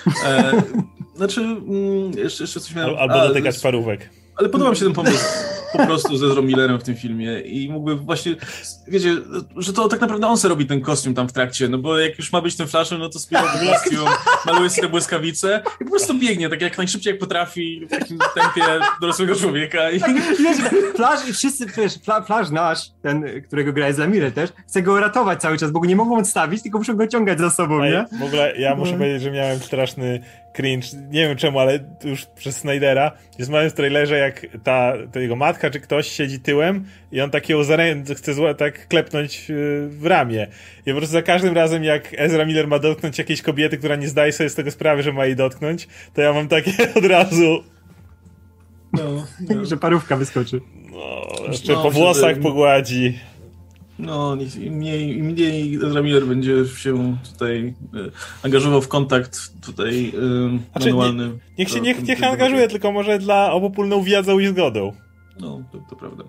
Jeszcze coś miałem...
Albo dotykać parówek.
Ale podoba mi się ten pomysł po prostu z Ezrą Millerem w tym filmie i mógłby właśnie, wiecie, że to tak naprawdę on se robi ten kostium tam w trakcie, no bo jak już ma być ten Flashem, no to spiera kostium, maluje sobie te błyskawice i po prostu biegnie, tak jak najszybciej jak potrafi, w takim tempie dorosłego człowieka. I...
Flash i wszyscy, wiesz, Flash nasz, ten, którego gra Ezra Miller też, chce go ratować cały czas, bo go nie mogą odstawić, tylko muszą go ciągać za sobą, nie?
W ogóle ja muszę powiedzieć, że miałem straszny cringe, nie wiem czemu, ale już przez Snydera jest w trailerze, jak ta jego matka czy ktoś siedzi tyłem i on tak ją chce tak klepnąć w ramię. I po prostu za każdym razem, jak Ezra Miller ma dotknąć jakiejś kobiety, która nie zdaje sobie z tego sprawy, że ma jej dotknąć, to ja mam takie od razu...
No.
Że parówka wyskoczy.
No, jeszcze po włosach pogładzi.
No, im mniej Ezra Miller będzie się tutaj angażował w kontakt tutaj manualny.
Niech się angażuje, tylko może dla obopólną wiedzą i zgodą.
No, to prawda.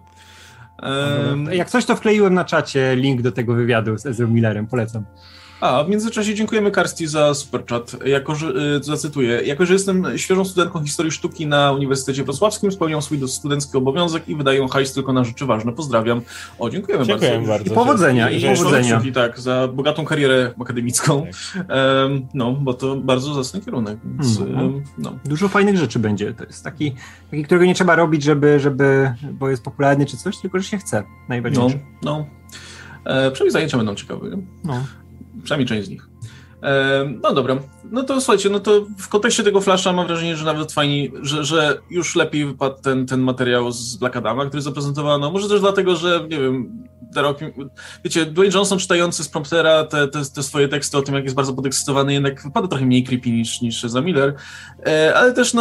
Jak coś, to wkleiłem na czacie link do tego wywiadu z Ezra Millerem, polecam.
A w międzyczasie dziękujemy Karsti za superchat. Zacytuję. Jako, że jestem świeżą studentką historii sztuki na Uniwersytecie Wrocławskim, spełniam swój studencki obowiązek i wydaję hajs tylko na rzeczy ważne. Pozdrawiam. Dziękujemy bardzo.
I powodzenia.
Sztuki, tak, za bogatą karierę akademicką. Tak. Bo to bardzo zacny kierunek. Więc,
Dużo fajnych rzeczy będzie. To jest taki którego nie trzeba robić, bo jest popularny czy coś, tylko że się chce. Najważniejsze.
Przynajmniej zajęcia będą ciekawe.
No.
Przynajmniej część z nich. No dobra, no to słuchajcie, no to w kontekście tego Flasha mam wrażenie, że nawet fajnie, że już lepiej wypadł ten materiał z Black Adama, który zaprezentowano. Może też dlatego, że nie wiem, wiecie, Dwayne Johnson czytający z promptera te swoje teksty o tym, jak jest bardzo podekscytowany, jednak wypada trochę mniej creepy niż Ezra Miller, ale też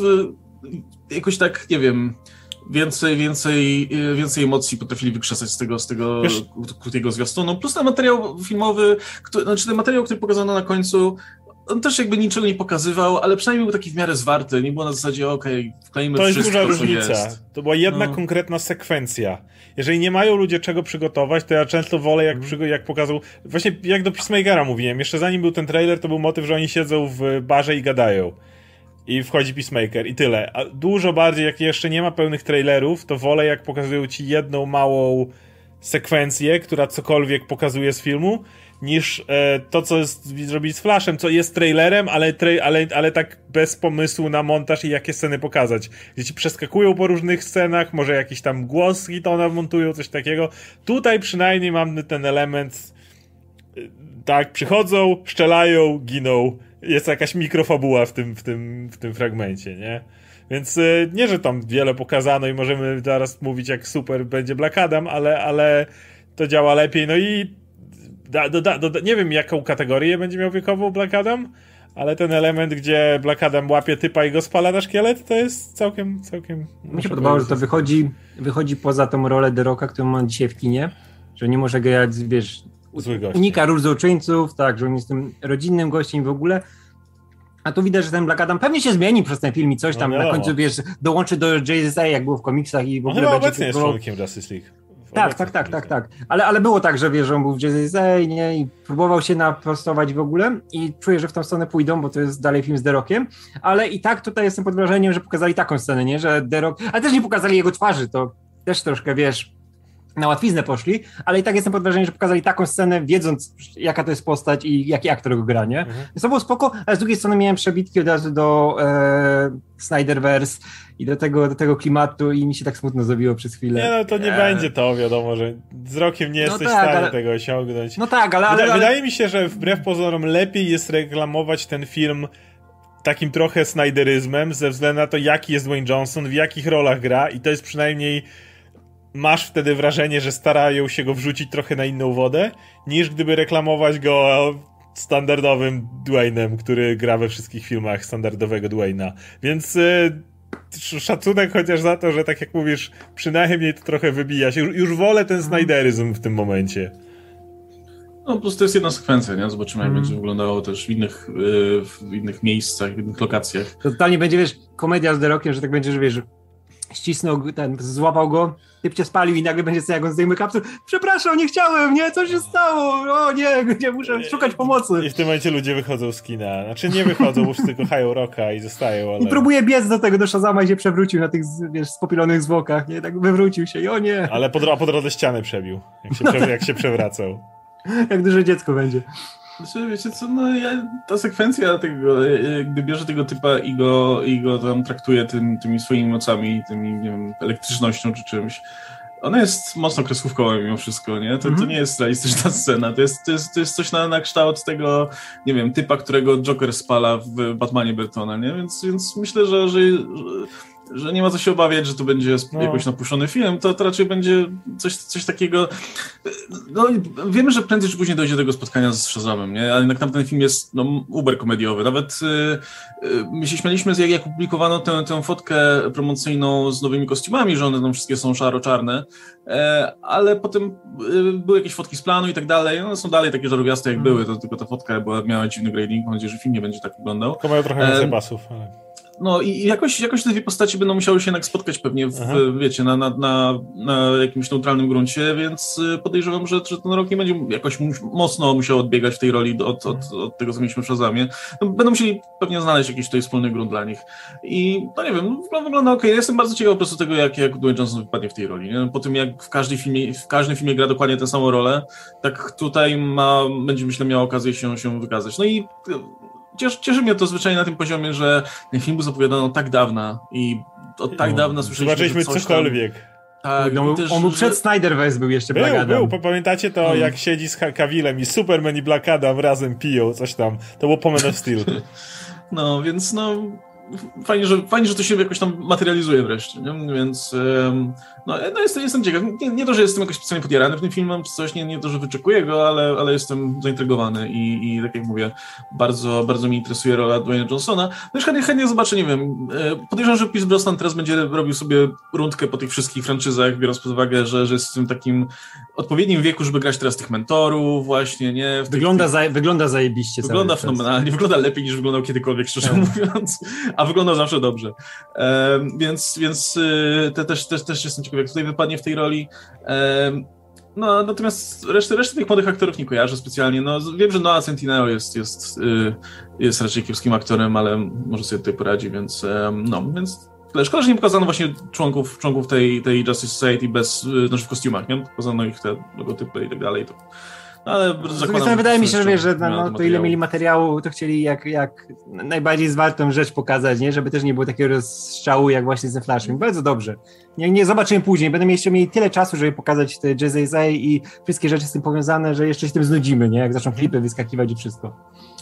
jakoś tak, nie wiem, więcej emocji potrafili wykrzesać z tego krótkiego zwiastunu. Plus ten materiał filmowy, ten materiał, który pokazano na końcu, on też jakby niczego nie pokazywał, ale przynajmniej był taki w miarę zwarty. Nie było na zasadzie, wklejmy wszystko,
to jest duża różnica. To była jedna konkretna sekwencja. Jeżeli nie mają ludzie czego przygotować, to ja często wolę, jak pokazał... Właśnie jak do Peacemakera mówiłem, jeszcze zanim był ten trailer, to był motyw, że oni siedzą w barze i gadają. I wchodzi Peacemaker i tyle. A dużo bardziej, jak jeszcze nie ma pełnych trailerów, to wolę, jak pokazują ci jedną małą sekwencję, która cokolwiek pokazuje z filmu, niż to, co zrobić z Flashem, co jest trailerem, ale tak bez pomysłu na montaż i jakie sceny pokazać. Gdzie ci przeskakują po różnych scenach, może jakiś tam głos Hitona montują, coś takiego. Tutaj przynajmniej mamy ten element, tak, przychodzą, szczelają, giną. Jest jakaś mikrofabuła w tym fragmencie, nie? Więc nie, że tam wiele pokazano i możemy zaraz mówić, jak super będzie Black Adam, ale to działa lepiej. No i nie wiem, jaką kategorię będzie miał wiekową Black Adam, ale ten element, gdzie Black Adam łapie typa i go spala na szkielet, to jest całkiem...
Mi się podobało, że to wychodzi poza tą rolę The Rocka, którą ma dzisiaj w kinie, że nie może grać, wiesz... Unika ról złoczyńców, tak, że on jest tym rodzinnym gościem w ogóle. A tu widać, że ten Black Adam pewnie się zmieni przez ten film i coś tam na końcu, wiesz, dołączy do JSA, jak było w komiksach i w ogóle
będzie... obecnie jest członkiem Justice League.
Tak. Ale było tak, że wiesz, że on był w JSA, nie? I próbował się naprostować w ogóle i czuję, że w tą stronę pójdą, bo to jest dalej film z The Rockiem, ale i tak tutaj jestem pod wrażeniem, że pokazali taką scenę, nie? Że The Rock... Ale też nie pokazali jego twarzy, to też troszkę, wiesz... na łatwiznę poszli, ale i tak jestem pod wrażeniem, że pokazali taką scenę, wiedząc, jaka to jest postać i jaki aktor go gra, nie? Więc to było spoko, ale z drugiej strony miałem przebitki od razu do Snyderverse i do tego klimatu i mi się tak smutno zrobiło przez chwilę.
Nie, no to nie będzie to, wiadomo, że z rokiem nie jesteś w stanie tego osiągnąć.
No tak, ale...
Wydaje mi się, że wbrew pozorom lepiej jest reklamować ten film takim trochę Snyderyzmem, ze względu na to, jaki jest Dwayne Johnson, w jakich rolach gra i to jest przynajmniej... masz wtedy wrażenie, że starają się go wrzucić trochę na inną wodę, niż gdyby reklamować go standardowym Dwaynem, który gra we wszystkich filmach standardowego Dwayna. Więc szacunek chociaż za to, że tak jak mówisz, przynajmniej to trochę wybija się. Już wolę ten Snyderyzm w tym momencie.
No po prostu to jest jedna sekwencja, nie? Zobaczymy, jak będzie wyglądało też w innych miejscach, w innych lokacjach.
To totalnie będzie, wiesz, komedia z The Rockiem, że tak będzie, że wiesz, ścisnął, złapał go, typ cię spalił i nagle będzie sobie, jak on zdejmuje kaptur, przepraszam, nie chciałem, nie, co się stało, o nie, muszę szukać pomocy.
I w tym momencie ludzie wychodzą z kina, znaczy nie wychodzą, już tylko hają Rocka i zostają, ale...
I próbuje biec do Shazama i się przewrócił na tych, wiesz, spopielonych zwłokach, nie, tak wywrócił się i o nie.
Ale po drodze ścianę przebił, jak się przewracał.
Jak duże dziecko będzie.
Znaczy, wiecie co, ta sekwencja tego, gdy bierze tego typa i go tam traktuje tymi swoimi mocami, tymi, nie wiem, elektrycznością czy czymś, ona jest mocno kreskówkowa mimo wszystko, nie? To nie jest realistyczna scena, to jest coś na kształt tego, nie wiem, typa, którego Joker spala w Batmanie Burtona, nie? Więc myślę, że nie ma co się obawiać, że to będzie jakoś napuszczony film, to raczej będzie coś takiego... No, wiemy, że prędzej czy później dojdzie do tego spotkania z Shazamem, nie? Ale jednak ten film jest uber komediowy. Nawet my się śmialiśmy, jak publikowano tę fotkę promocyjną z nowymi kostiumami, że one tam wszystkie są szaro-czarne, ale potem były jakieś fotki z planu i tak dalej. One są dalej takie żarowiaste, jak były, to tylko ta fotka miała dziwny grading. Mam nadzieję, że film nie będzie tak wyglądał.
Tylko mają trochę więcej pasów, ale...
No i jakoś te dwie postaci będą musiały się jednak spotkać pewnie, wiecie, na jakimś neutralnym gruncie, więc podejrzewam, że ten rok nie będzie jakoś mocno musiał odbiegać w tej roli od tego, co mieliśmy w Shazamie. No, będą musieli pewnie znaleźć jakiś tutaj wspólny grunt dla nich. I no nie wiem, wygląda okej. Ja jestem bardzo ciekaw po prostu tego, jak Dwayne Johnson wypadnie w tej roli. Nie? Po tym, jak w każdym filmie gra dokładnie tę samą rolę, tak tutaj będzie, myślę, miał okazję się wykazać. No i cieszy mnie to zwyczajnie na tym poziomie, że ten film był zapowiadany tak dawna i od tak dawna
zobaczyliśmy cokolwiek.
Tak,
on był przed Snyderverse, był jeszcze Black Adam.
Pamiętacie to, jak siedzi z Cavillem i Superman i Black Adam razem piją coś tam. To było po Man of Steel.
No, więc fajnie, że to się jakoś tam materializuje wreszcie, nie? Więc jestem ciekaw. Nie to, że jestem jakoś specjalnie podjarany w tym filmem, czy coś, nie to, że wyczekuję go, ale jestem zaintrygowany i tak jak mówię, bardzo, bardzo mnie interesuje rola Dwayne'a Johnsona. No już chętnie zobaczę, nie wiem, podejrzewam, że Pierce Brosnan teraz będzie robił sobie rundkę po tych wszystkich franczyzach, biorąc pod uwagę, że jest w tym takim odpowiednim wieku, żeby grać teraz tych mentorów właśnie, nie?
Wygląda zajebiście.
Wygląda fenomenalnie, wygląda lepiej niż wyglądał kiedykolwiek, szczerze mówiąc, a wyglądał zawsze dobrze. Więc też jestem ciekaw, jak tutaj wypadnie w tej roli. No, natomiast resztę tych młodych aktorów nie kojarzę specjalnie. No, wiem, że Noah Centineo jest raczej kiepskim aktorem, ale może sobie tutaj poradzi, więc szkoda, że nie pokazano właśnie członków tej Justice Society w kostiumach, nie? Pokazano ich te logotypy i tak dalej. Ale
wydaje mi się, że wiesz, że to ile mieli materiału, to chcieli jak najbardziej zwartą rzecz pokazać, nie? Żeby też nie było takiego rozstrzału jak właśnie ze Flashem. Bardzo dobrze. Nie zobaczymy później. Będą jeszcze mieli tyle czasu, żeby pokazać te JZA i wszystkie rzeczy z tym powiązane, że jeszcze się tym znudzimy, nie? Jak zaczną klipy wyskakiwać i wszystko.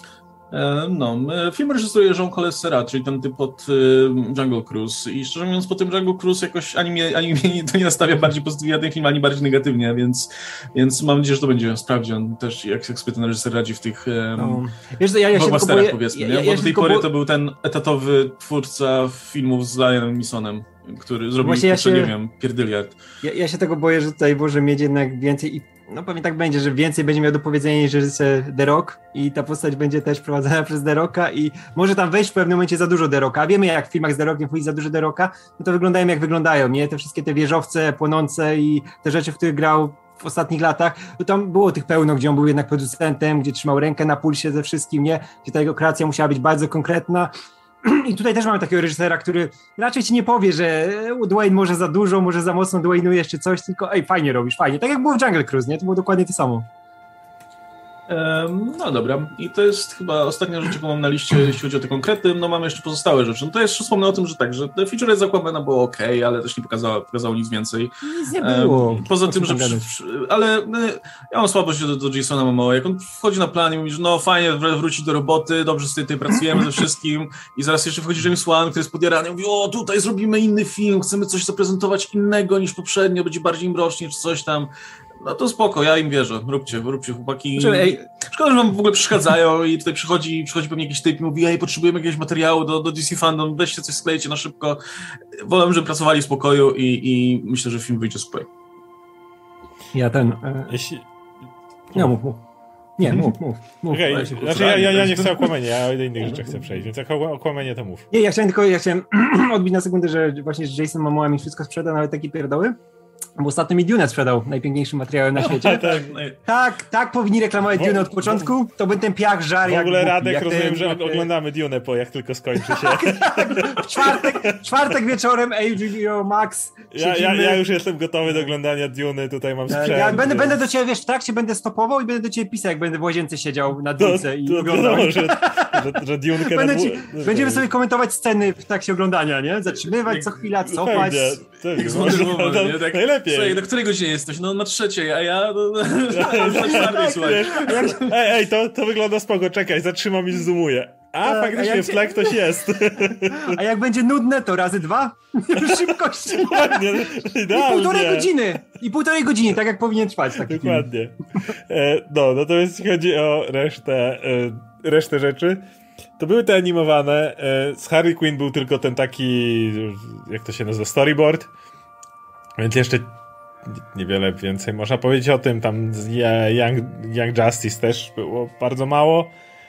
Film reżyseruje Jean-Claude Serrat, czyli ten typ od Jungle Cruise i szczerze mówiąc po tym Jungle Cruise jakoś ani mnie to nie nastawia bardziej pozytywnie na ten film, ani bardziej negatywnie, więc mam nadzieję, że to będzie sprawdzian też, jak sobie ten reżyser radzi w tych blockbusterach, powiedzmy, nie? Bo do tej pory to był ten etatowy twórca filmów z Liamem Neesonem, który zrobił, nie wiem, pierdyliard.
Ja się tego boję, że tutaj może mieć jednak więcej i pewnie tak będzie, że więcej będzie miał do powiedzenia niż reżyser The Rock i ta postać będzie też prowadzona przez The Rocka i może tam wejść w pewnym momencie za dużo The Rocka. A wiemy, jak w filmach z The Rockiem wchodzi za dużo The Rocka, no to wyglądają jak wyglądają, nie? Te wszystkie te wieżowce płonące i te rzeczy, w których grał w ostatnich latach, to tam było tych pełno, gdzie on był jednak producentem, gdzie trzymał rękę na pulsie ze wszystkim, nie? Gdzie ta jego kreacja musiała być bardzo konkretna. I tutaj też mamy takiego reżysera, który raczej ci nie powie, że Dwayne może za dużo, może za mocno Dwayne'ujesz czy coś, tylko fajnie robisz, fajnie. Tak jak było w Jungle Cruise, nie? To było dokładnie to samo.
No dobra, i to jest chyba ostatnia rzecz, jaką mam na liście, jeśli chodzi o te konkrety. No mamy jeszcze pozostałe rzeczy. No to jeszcze wspomnę o tym, że tak, że feature z Aquamana było okej, ale też nie pokazało nic więcej.
Nic nie było.
Poza tym, że ale ja mam słabość do Jasona Momoa. Jak on wchodzi na plan i mówi, że no fajnie wrócić do roboty, dobrze sobie tutaj pracujemy ze wszystkim i zaraz jeszcze wchodzi James Wan, który jest podjarany i mówi, o tutaj zrobimy inny film, chcemy coś zaprezentować innego niż poprzednio, będzie bardziej mrocznie czy coś tam. No to spoko, ja im wierzę. Róbcie chłopaki. Szkoda, że wam w ogóle przeszkadzają i tutaj przychodzi pewnie jakiś typ i mówi, ej, potrzebujemy jakiegoś materiału do DC Fandom, weźcie coś, sklejcie na szybko. Wolę, żeby pracowali w spokoju i myślę, że film wyjdzie super.
Ja
Jeśli...
Nie, mów. Nie, mów.
Okay. Znaczy ja nie chcę o Aquamanie, ja o innych rzeczach chcę przejść, więc jak o Aquamanie to mów.
Nie, ja chciałem odbić na sekundę, że właśnie Jason Momoa mi wszystko sprzeda, nawet takie pierdoły. Bo ostatnio mi Dune sprzedał najpiękniejszym materiałem na świecie. Tak powinni reklamować Dune od początku, to by ten piach żar jak
w ogóle
głupi,
Radek,
jak
rozumiem, że oglądamy Dune jak tylko skończy się.
W czwartek wieczorem HBO Max
ja już jestem gotowy do oglądania Dune, tutaj mam sprzęt.
Ja będę do ciebie, w trakcie będę stopował i będę do ciebie pisał, jak będę w łazience siedział na dwójce i oglądał.
że Dunkę
Będziemy sobie komentować sceny w trakcie oglądania, nie? Zatrzymywać co chwila, cofać.
Tak, najlepiej.
Słuchaj, do której godzinie jesteś? No na 3:00, a ja na 4:00, słuchaj.
Ej, to wygląda spoko, czekaj, zatrzymam i zoomuję. Faktycznie w tle ktoś jest.
A jak będzie nudne, to razy 2 szybkości.
Dokładnie, idealnie.
I półtorej godziny, tak jak powinien trwać.
Dokładnie. Natomiast jeśli chodzi o resztę rzeczy, to były te animowane. Z Harley Quinn był tylko ten taki, jak to się nazywa, storyboard. Więc jeszcze niewiele więcej można powiedzieć o tym. Tam z Young Justice też było bardzo mało.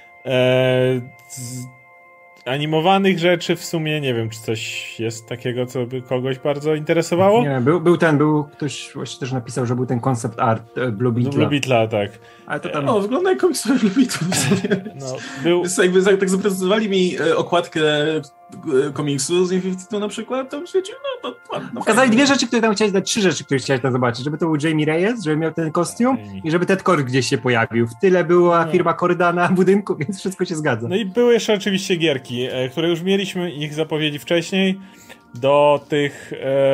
Z animowanych rzeczy w sumie nie wiem, czy coś jest takiego, co by kogoś bardzo interesowało.
Nie, był ktoś właśnie też napisał, że był ten concept art Blue
Beetla, tak.
Ale to tam... wygląda jak komiksowy Blue Beetle w sumie. Jakby tak zaprezentowali mi okładkę komiksu z Infinity na przykład, to stwierdziłem, to ładno.
Pokazali dwie rzeczy, które tam chciałeś dać, 3 rzeczy, które chciałeś tam zobaczyć. Żeby to był Jamie Reyes, żeby miał ten kostium i żeby Ted Kord gdzieś się pojawił. W tyle była firma Korda na budynku, więc wszystko się zgadza.
No i były jeszcze oczywiście gierki, które już mieliśmy ich zapowiedzi wcześniej. Do tych...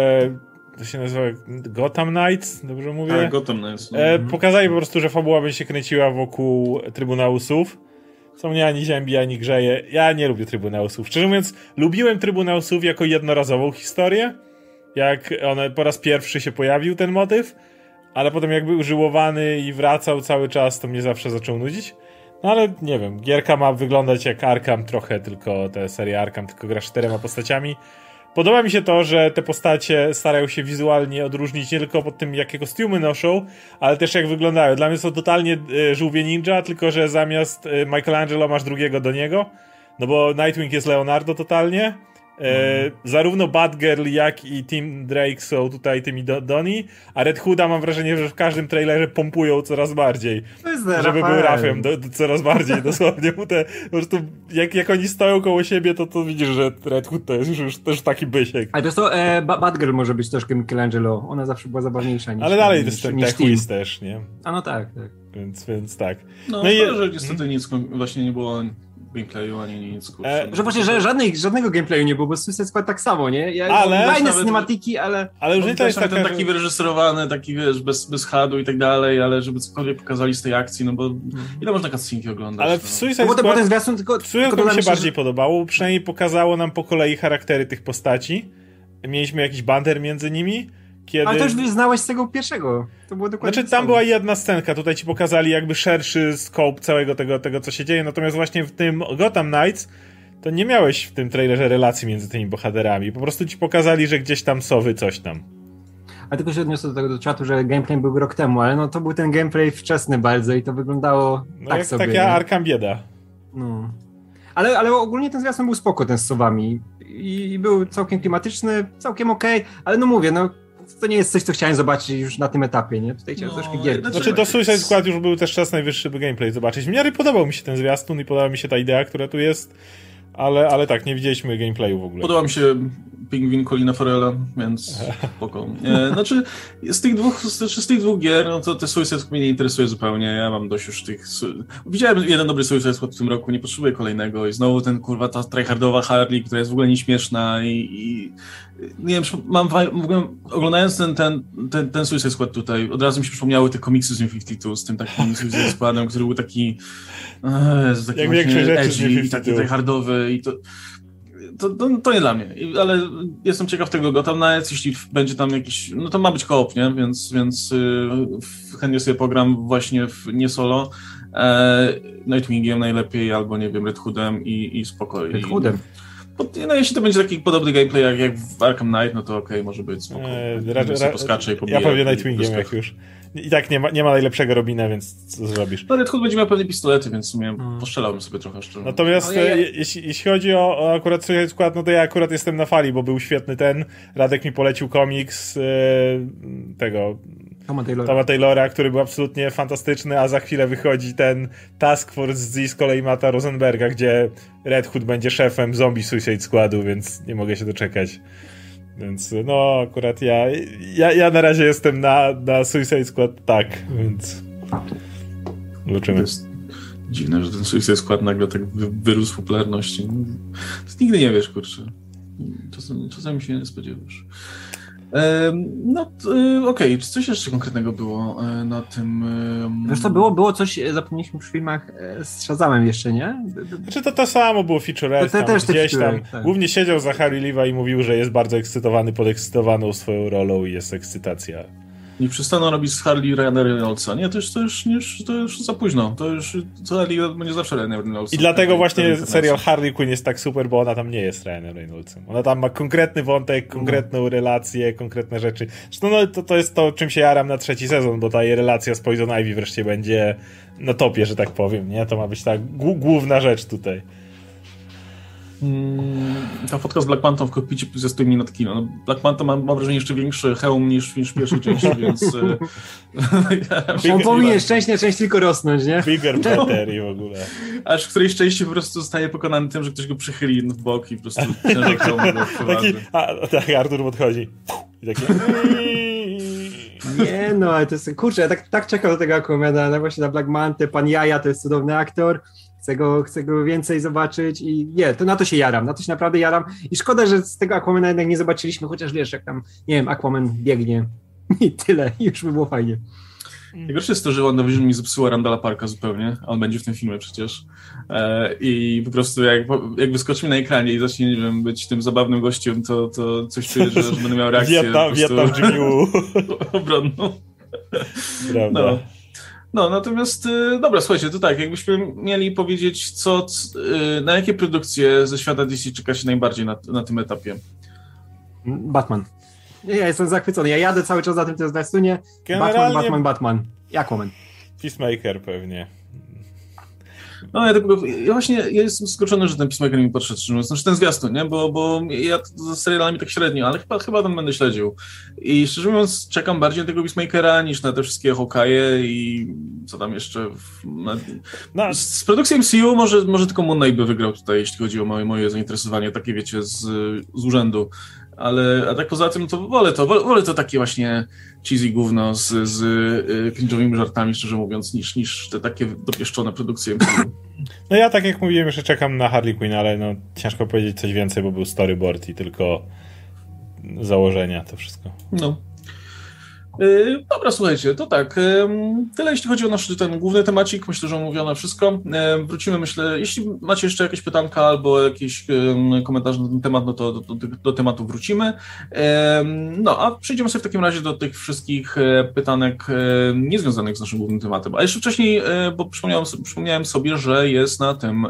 to się nazywa Gotham Knights, dobrze mówię?
Tak, Gotham Knights.
Pokazali po prostu, że fabuła będzie się kręciła wokół Trybunału Sów. Co mnie ani ziębi, ani grzeje. Ja nie lubię Trybunału Sów. Szczerze mówiąc, lubiłem Trybunał Sów jako jednorazową historię. Jak po raz pierwszy się pojawił ten motyw, ale potem jakby użyłowany i wracał cały czas, to mnie zawsze zaczął nudzić. No ale nie wiem, gierka ma wyglądać jak Arkham trochę, tylko ta seria Arkham, tylko gra 4 postaciami. Podoba mi się to, że te postacie starają się wizualnie odróżnić nie tylko pod tym, jakie kostiumy noszą, ale też jak wyglądają. Dla mnie są totalnie żółwie ninja, tylko że zamiast Michelangelo masz drugiego do niego, no bo Nightwing jest Leonardo totalnie. Zarówno Batgirl, jak i Tim Drake są tutaj tymi Doni, a Red Hooda mam wrażenie, że w każdym trailerze pompują coraz bardziej. Żeby był Rafem coraz bardziej, dosłownie. Po prostu jak oni stoją koło siebie, to widzisz, że Red Hood to jest już też taki bysiek.
Ale to to Batgirl może być troszkę Michelangelo. Ona zawsze była zabawniejsza niż...
Ale dalej to jest ten Tech Whiz też, nie?
A no tak.
Więc tak.
No że niestety nic właśnie nie było... gameplayu, ani nic.
Że właśnie, że żadnego gameplayu nie było, bo Suicide Squad tak samo, nie? Fajne cinematiki, ale
już nie to jest
ten taki wyreżyserowany, taki wiesz, bez HUD-u i tak dalej, ale żeby cokolwiek pokazali z tej akcji, no bo ile można cutscenki oglądać?
Ale w Suicide Squad mi się bardziej podobało, przynajmniej pokazało nam po kolei charaktery tych postaci. Mieliśmy jakiś banter między nimi.
Ale to już znałeś z tego pierwszego. To było dokładnie
Znaczy tam była jedna scenka, tutaj ci pokazali jakby szerszy scope całego tego, co się dzieje, natomiast właśnie w tym Gotham Knights to nie miałeś w tym trailerze relacji między tymi bohaterami, po prostu ci pokazali, że gdzieś tam sowy coś tam.
A tylko się odniosę do tego do czatu, że gameplay był rok temu, ale no to był ten gameplay wczesny bardzo i to wyglądało tak
jak
sobie.
Taka Arkham bieda.
No. Ale ogólnie ten zwiastun był spoko, ten z sowami i był całkiem klimatyczny, całkiem okej, ale no mówię, to nie jest coś, co chciałem zobaczyć już na tym etapie, nie? Tutaj chciałem troszkę gierki.
Znaczy do Suicide Squad już był też czas najwyższy, by gameplay zobaczyć. Mnie podobał mi się ten zwiastun i podoba mi się ta idea, która tu jest, ale tak, nie widzieliśmy gameplayu w ogóle.
Podoba mi się pingwin Colina Farrella, więc spoko. Znaczy, z tych dwóch gier, no to te Suicide Squad mnie nie interesuje zupełnie, ja mam dość już tych... Widziałem jeden dobry Suicide Squad w tym roku, nie potrzebuję kolejnego i znowu ta tryhardowa Harley, która jest w ogóle nieśmieszna i nie wiem, oglądając ten Suicide Squad tutaj, od razu mi się przypomniały te komiksy z New 52, z tym takim Suicide Squadem, który był taki... taki
jak większość rzeczy
edgy, taki tryhardowy i to to nie dla mnie, ale jestem ciekaw tego Gotham Knights, jeśli będzie tam jakiś, no to ma być co-op, nie? Więc chętnie sobie pogram właśnie nie solo, Nightwingiem najlepiej, albo nie wiem, Red Hoodem i spokojnie.
Red Hoodem?
No jeśli to będzie taki podobny gameplay jak w Arkham Knight, no to okej, może być spokojnie. Poskacze i pobije.
Ja powiem Nightwingiem jak już. I tak nie ma najlepszego Robina, więc co zrobisz?
No Red Hood będzie miał pewnie pistolety, więc w sumie postrzelałbym sobie trochę szczerze.
Natomiast jeśli chodzi o akurat Suicide Squad, no to ja akurat jestem na fali, bo był świetny Radek mi polecił komiks tego Toma Taylora, który był absolutnie fantastyczny, a za chwilę wychodzi ten Task Force z kolei Matta Rosenberga, gdzie Red Hood będzie szefem zombie Suicide Squadu, więc nie mogę się doczekać. Więc no akurat ja na razie jestem na Suicide Squad tak, więc zobaczymy.
To jest dziwne, że ten Suicide Squad nagle tak wyrósł w popularności. To nigdy nie wiesz, kurczę. Czasami się nie spodziewasz. Okej, czy coś jeszcze konkretnego było na tym?
Wiesz co, było coś, zapomnieliśmy przy filmach z Shazamem jeszcze, nie?
Znaczy to samo było featurette, tam gdzieś tam. Tak. Głównie siedział Zachary Levi i mówił, że jest bardzo ekscytowany, podekscytowaną swoją rolą i jest ekscytacja.
Nie przestaną robić z Harley Ryana Reynoldsa. Nie, to już za późno. To Harley będzie zawsze Ryan Reynolds.
I dlatego właśnie serial Harley Quinn jest tak super, bo ona tam nie jest Ryanem Reynoldsem. Ona tam ma konkretny wątek, konkretną relację, konkretne rzeczy. Zresztą to jest to, czym się jaram na 3. sezon, bo ta jej relacja z Poison Ivy wreszcie będzie na topie, że tak powiem. Nie? To ma być ta główna rzecz tutaj.
Ta fotka z Black Pantą w kokpicie ze 100 minut kino. No, Black Panther mam wrażenie jeszcze większy hełm niż w pierwszej części, więc...
On powinien szczęście część tylko rosnąć, nie?
Bigger, better i w ogóle.
Aż w którejś części po prostu zostaje pokonany tym, że ktoś go przychyli w bok i po prostu ciężar hełmu go wprowadzi.
Tak, Artur podchodzi. I taki...
Nie no, ale to jest... Kurczę, ja tak czekam do tego Aquamana, właśnie na Black Mantę. Pan Jaja to jest cudowny aktor. Chcę go więcej zobaczyć i to na to się jaram, na to się naprawdę jaram i szkoda, że z tego Aquamana jednak nie zobaczyliśmy, chociaż wiesz, jak tam, nie wiem, Aquaman biegnie i tyle, i już by było fajnie.
Najgorsze jest to, że WandaVision mi zepsuła Randalla Parka zupełnie, a on będzie w tym filmie przecież i po prostu jak wyskoczy mi na ekranie i zacznie, nie wiem, być tym zabawnym gościem, to coś czuję, że będę miał reakcję
Wietnam Jimmy
obronną.
Prawda.
No. No, natomiast, dobra, słuchajcie, to tak, jakbyśmy mieli powiedzieć, na jakie produkcje ze świata DC czeka się najbardziej na tym etapie?
Batman. Ja jestem zachwycony, ja jadę cały czas za tym, co jest w zwiastunie. Batman. Aquaman.
Peacemaker pewnie.
No, ja jestem zaskoczony, że ten Peacemaker mi podszedł, znaczy ten zwiastun, nie? Bo ja z serialami tak średnio, ale chyba tam będę śledził. I szczerze mówiąc, czekam bardziej na tego Peacemakera niż na te wszystkie Hawkeye'e i co tam jeszcze. Z produkcji MCU może tylko Moon Knight by wygrał tutaj, jeśli chodzi o moje zainteresowanie, takie wiecie, z urzędu. A tak poza tym to wolę to takie właśnie cheesy gówno z cringe'owymi żartami, szczerze mówiąc, niż te takie dopieszczone produkcje MCU.
No ja tak jak mówiłem, jeszcze czekam na Harley Quinn, ale no ciężko powiedzieć coś więcej, bo był storyboard i tylko założenia, to wszystko.
No. Dobra, słuchajcie, to tak. Tyle jeśli chodzi o nasz ten główny temacik. Myślę, że omówiono wszystko. Wrócimy, myślę, jeśli macie jeszcze jakieś pytanka albo jakieś komentarze na ten temat, no to do tematu wrócimy. No, a przejdziemy sobie w takim razie do tych wszystkich pytanek niezwiązanych z naszym głównym tematem. A jeszcze wcześniej, bo przypomniałem sobie, że jest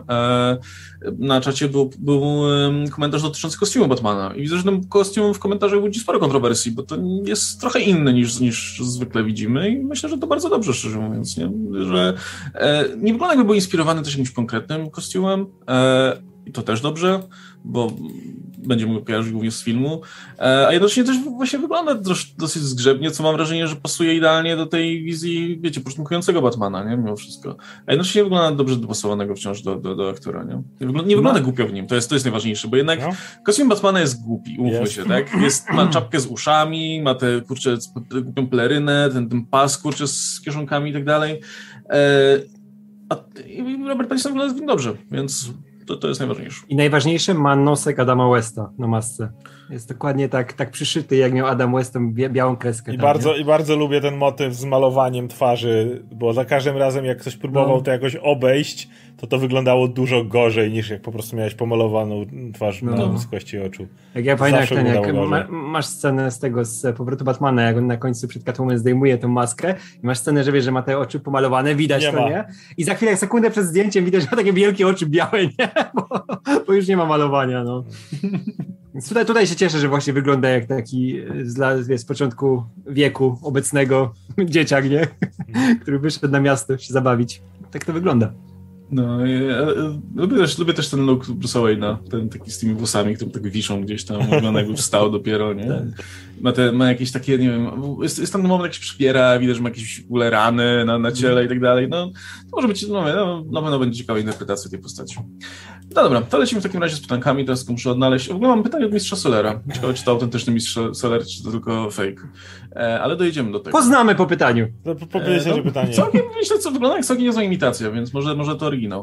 na czacie był komentarz dotyczący kostiumu Batmana i widzę, że ten kostium w komentarzach budzi sporo kontrowersji, bo to jest trochę inny niż zwykle widzimy i myślę, że to bardzo dobrze, szczerze mówiąc, nie? Że nie wygląda jakby był inspirowany też jakimś konkretnym kostiumem i to też dobrze, bo będzie mógł kojarzyć głównie z filmu, a jednocześnie też właśnie wygląda dosyć zgrzebnie, co mam wrażenie, że pasuje idealnie do tej wizji, wiecie, początkującego Batmana, nie? Mimo wszystko. A jednocześnie wygląda dobrze dopasowanego wciąż do aktora, nie? Nie wygląda głupio w nim, to jest najważniejsze, bo jednak kostium Batmana jest głupi, umówmy się, tak? Ma czapkę z uszami, ma tę, kurczę, głupią pelerynę, ten pas, kurczę, z kieszonkami i tak dalej. I Robert Pattinson wygląda w nim dobrze, więc To jest najważniejsze.
I najważniejsze, ma nosek Adama Westa na masce. Jest dokładnie tak przyszyty, jak miał Adam West tą białą kreskę.
I bardzo lubię ten motyw z malowaniem twarzy, bo za każdym razem, jak ktoś próbował to jakoś obejść, to wyglądało dużo gorzej, niż jak po prostu miałeś pomalowaną twarz na wysokości oczu.
Jak ja pamiętam, jak masz scenę z Powrotu Batmana, jak on na końcu przed Catwoman zdejmuje tą maskę i masz scenę, że wiesz, że ma te oczy pomalowane, widać to, nie? I za chwilę, sekundę przed zdjęciem widać, że ma takie wielkie oczy białe, nie? Bo już nie ma malowania, no. Więc tutaj się cieszę, że właśnie wygląda jak taki z początku wieku obecnego dzieciak, nie? Który wyszedł na miasto się zabawić. Tak to wygląda.
No, ja lubię też ten look Bruce'a Wayne'a, ten taki z tymi włosami, które tak wiszą gdzieś tam, wygląda jakby wstał dopiero, nie? Ma jakieś takie, nie wiem, jest tam moment, jak się przybiera, widać, że ma jakieś w ogóle rany na ciele i tak dalej, no to może być, na pewno będzie ciekawa interpretacja tej postaci. No dobra, to lecimy w takim razie z pytankami, teraz tylko muszę odnaleźć. W ogóle mam pytanie od mistrza Sellera. Ciekawe, czy to autentyczny mistrz Seller, czy to tylko fake. Ale dojedziemy do tego.
Poznamy po pytaniu.
Powiedzcie pytanie.
Całkiem, myślę, co wygląda jak całkiem niezła imitacja, więc może to oryginał.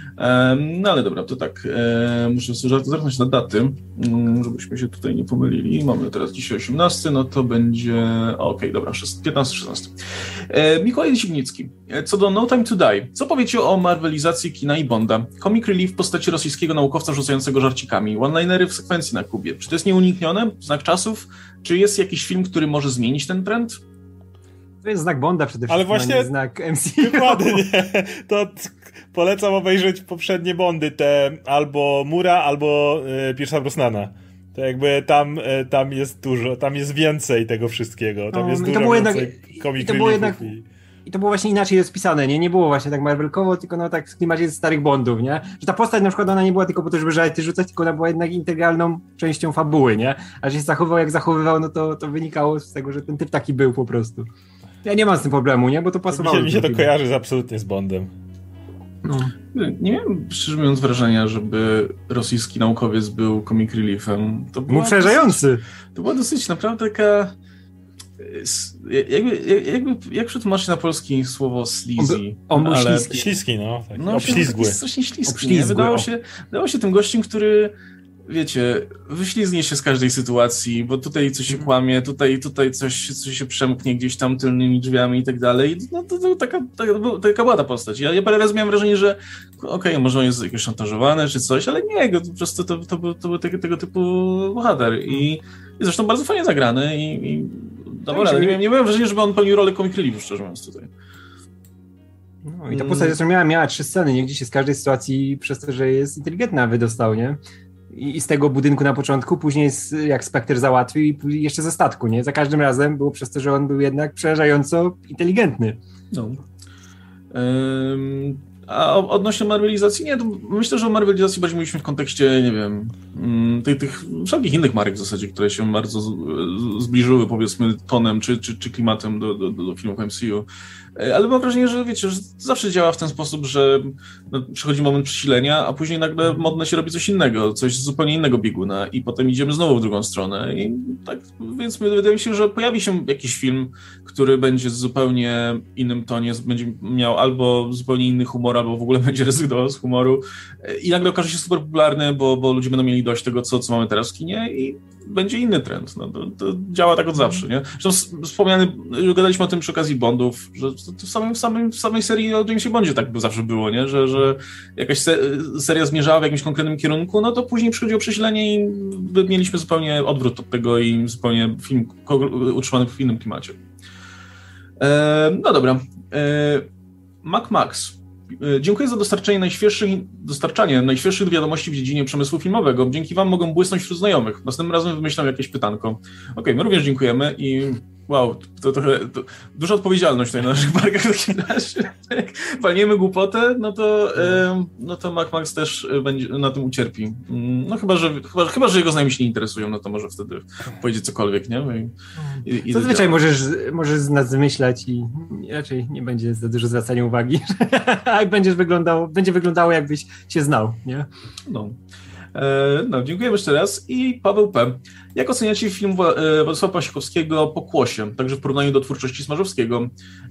No ale dobra, to tak. Muszę sobie zerknąć na daty, żebyśmy się tutaj nie pomylili. Mamy teraz dzisiaj 18, no to będzie... Okej, dobra, 15-16. Mikołaj Zimnicki. Co do No Time to Die, co powiecie o marvelizacji kina i Bonda? Comic relief w postaci rosyjskiego naukowca rzucającego żarcikami, one-linery w sekwencji na Kubie. Czy to jest nieuniknione? Znak czasów? Czy jest jakiś film, który może zmienić ten trend?
To jest znak Bonda przede wszystkim,
ale właśnie,
a nie znak MCU.
Dokładnie, to polecam obejrzeć poprzednie Bondy, te albo Mura, albo Pierce'a Brosnana. To jakby tam jest dużo, tam jest więcej tego wszystkiego, tam jest dużo więcej comic reliefów.
I to było właśnie inaczej rozpisane, nie było właśnie tak marvelkowo, tylko tak w klimacie starych Bondów, nie? Że ta postać na przykład ona nie była tylko po to, żeby żarty rzucać, tylko ona była jednak integralną częścią fabuły, nie? A że się zachowywał jak zachowywał, no to wynikało z tego, że ten typ taki był po prostu. Ja nie mam z tym problemu, nie? Bo to pasowało.
Mi się to kojarzy absolutnie z Bondem.
No.
Nie miałem, szczerze mówiąc, wrażenia, żeby rosyjski naukowiec był comic reliefem.
Był przerażający.
To była dosyć naprawdę taka... Jak przetłumaczyć na polski słowo sleazy?
On był śliski.
Śliski, no. Tak.
No
obślizgły.
Strasznie śliski. Wydało się tym gościem, który, wiecie, wyślizgnie się z każdej sytuacji, bo tutaj coś się kłamie, tutaj coś się przemknie gdzieś tam tylnymi drzwiami i tak dalej. No to taka była ta postać. Ja parę razy miałem wrażenie, że może on jest jakoś szantażowany czy coś, ale nie, po prostu to był tego typu bohater i zresztą bardzo fajnie zagrany i dobra, ale nie miałem wrażenia, żeby on pełnił rolę comic reliefu, szczerze mówiąc tutaj.
No i ta postać zresztą miała 3 sceny, nie? Gdzieś się z każdej sytuacji przez to, że jest inteligentna, wydostał, nie? I z tego budynku na początku, później jak Spectre załatwił i później jeszcze ze statku, nie? Za każdym razem było przez to, że on był jednak przerażająco inteligentny.
No. A odnośnie marvelizacji, nie, to myślę, że o marvelizacji bardziej mówiliśmy w kontekście, nie wiem, tych wszelkich innych marek w zasadzie, które się bardzo zbliżyły, powiedzmy, tonem czy klimatem do filmów MCU. Ale mam wrażenie, że wiecie, że zawsze działa w ten sposób, że przychodzi moment przesilenia, a później nagle modne się robi coś innego, coś z zupełnie innego bieguna i potem idziemy znowu w drugą stronę. I tak, więc wydaje mi się, że pojawi się jakiś film, który będzie z zupełnie innym tonie, będzie miał albo zupełnie inny humor, albo w ogóle będzie rezygnował z humoru i nagle okaże się super popularny, bo ludzie będą mieli dość tego, co mamy teraz w kinie i będzie inny trend. No, to działa tak od zawsze, nie? Zresztą gadaliśmy o tym przy okazji Bondów, że w samej serii o Jamesie Bondzie tak zawsze było, nie? Że jakaś seria zmierzała w jakimś konkretnym kierunku, no to później przychodziło przesilenie i mieliśmy zupełnie odwrót od tego i zupełnie film utrzymany w innym klimacie. No dobra. Max. Dziękuję za dostarczanie najświeższych wiadomości w dziedzinie przemysłu filmowego. Dzięki wam mogą błysnąć wśród znajomych. Następnym razem wymyślam jakieś pytanko. Okej, my również dziękujemy i wow, to trochę duża odpowiedzialność tutaj na naszych barkach w takim razie. Jak walniemy głupotę, no to Max też będzie na tym ucierpi. No chyba, że jego znajomi się nie interesują, no to może wtedy powiedzieć cokolwiek, nie? I
zazwyczaj możesz z nas wymyślać i raczej nie będzie za dużo zwracania uwagi. Jak będzie wyglądało jakbyś się znał, nie?
No, dziękujemy jeszcze raz i Paweł P. Jak oceniacie film Władysława Pasikowskiego Pokłosie, także w porównaniu do twórczości Smarzowskiego?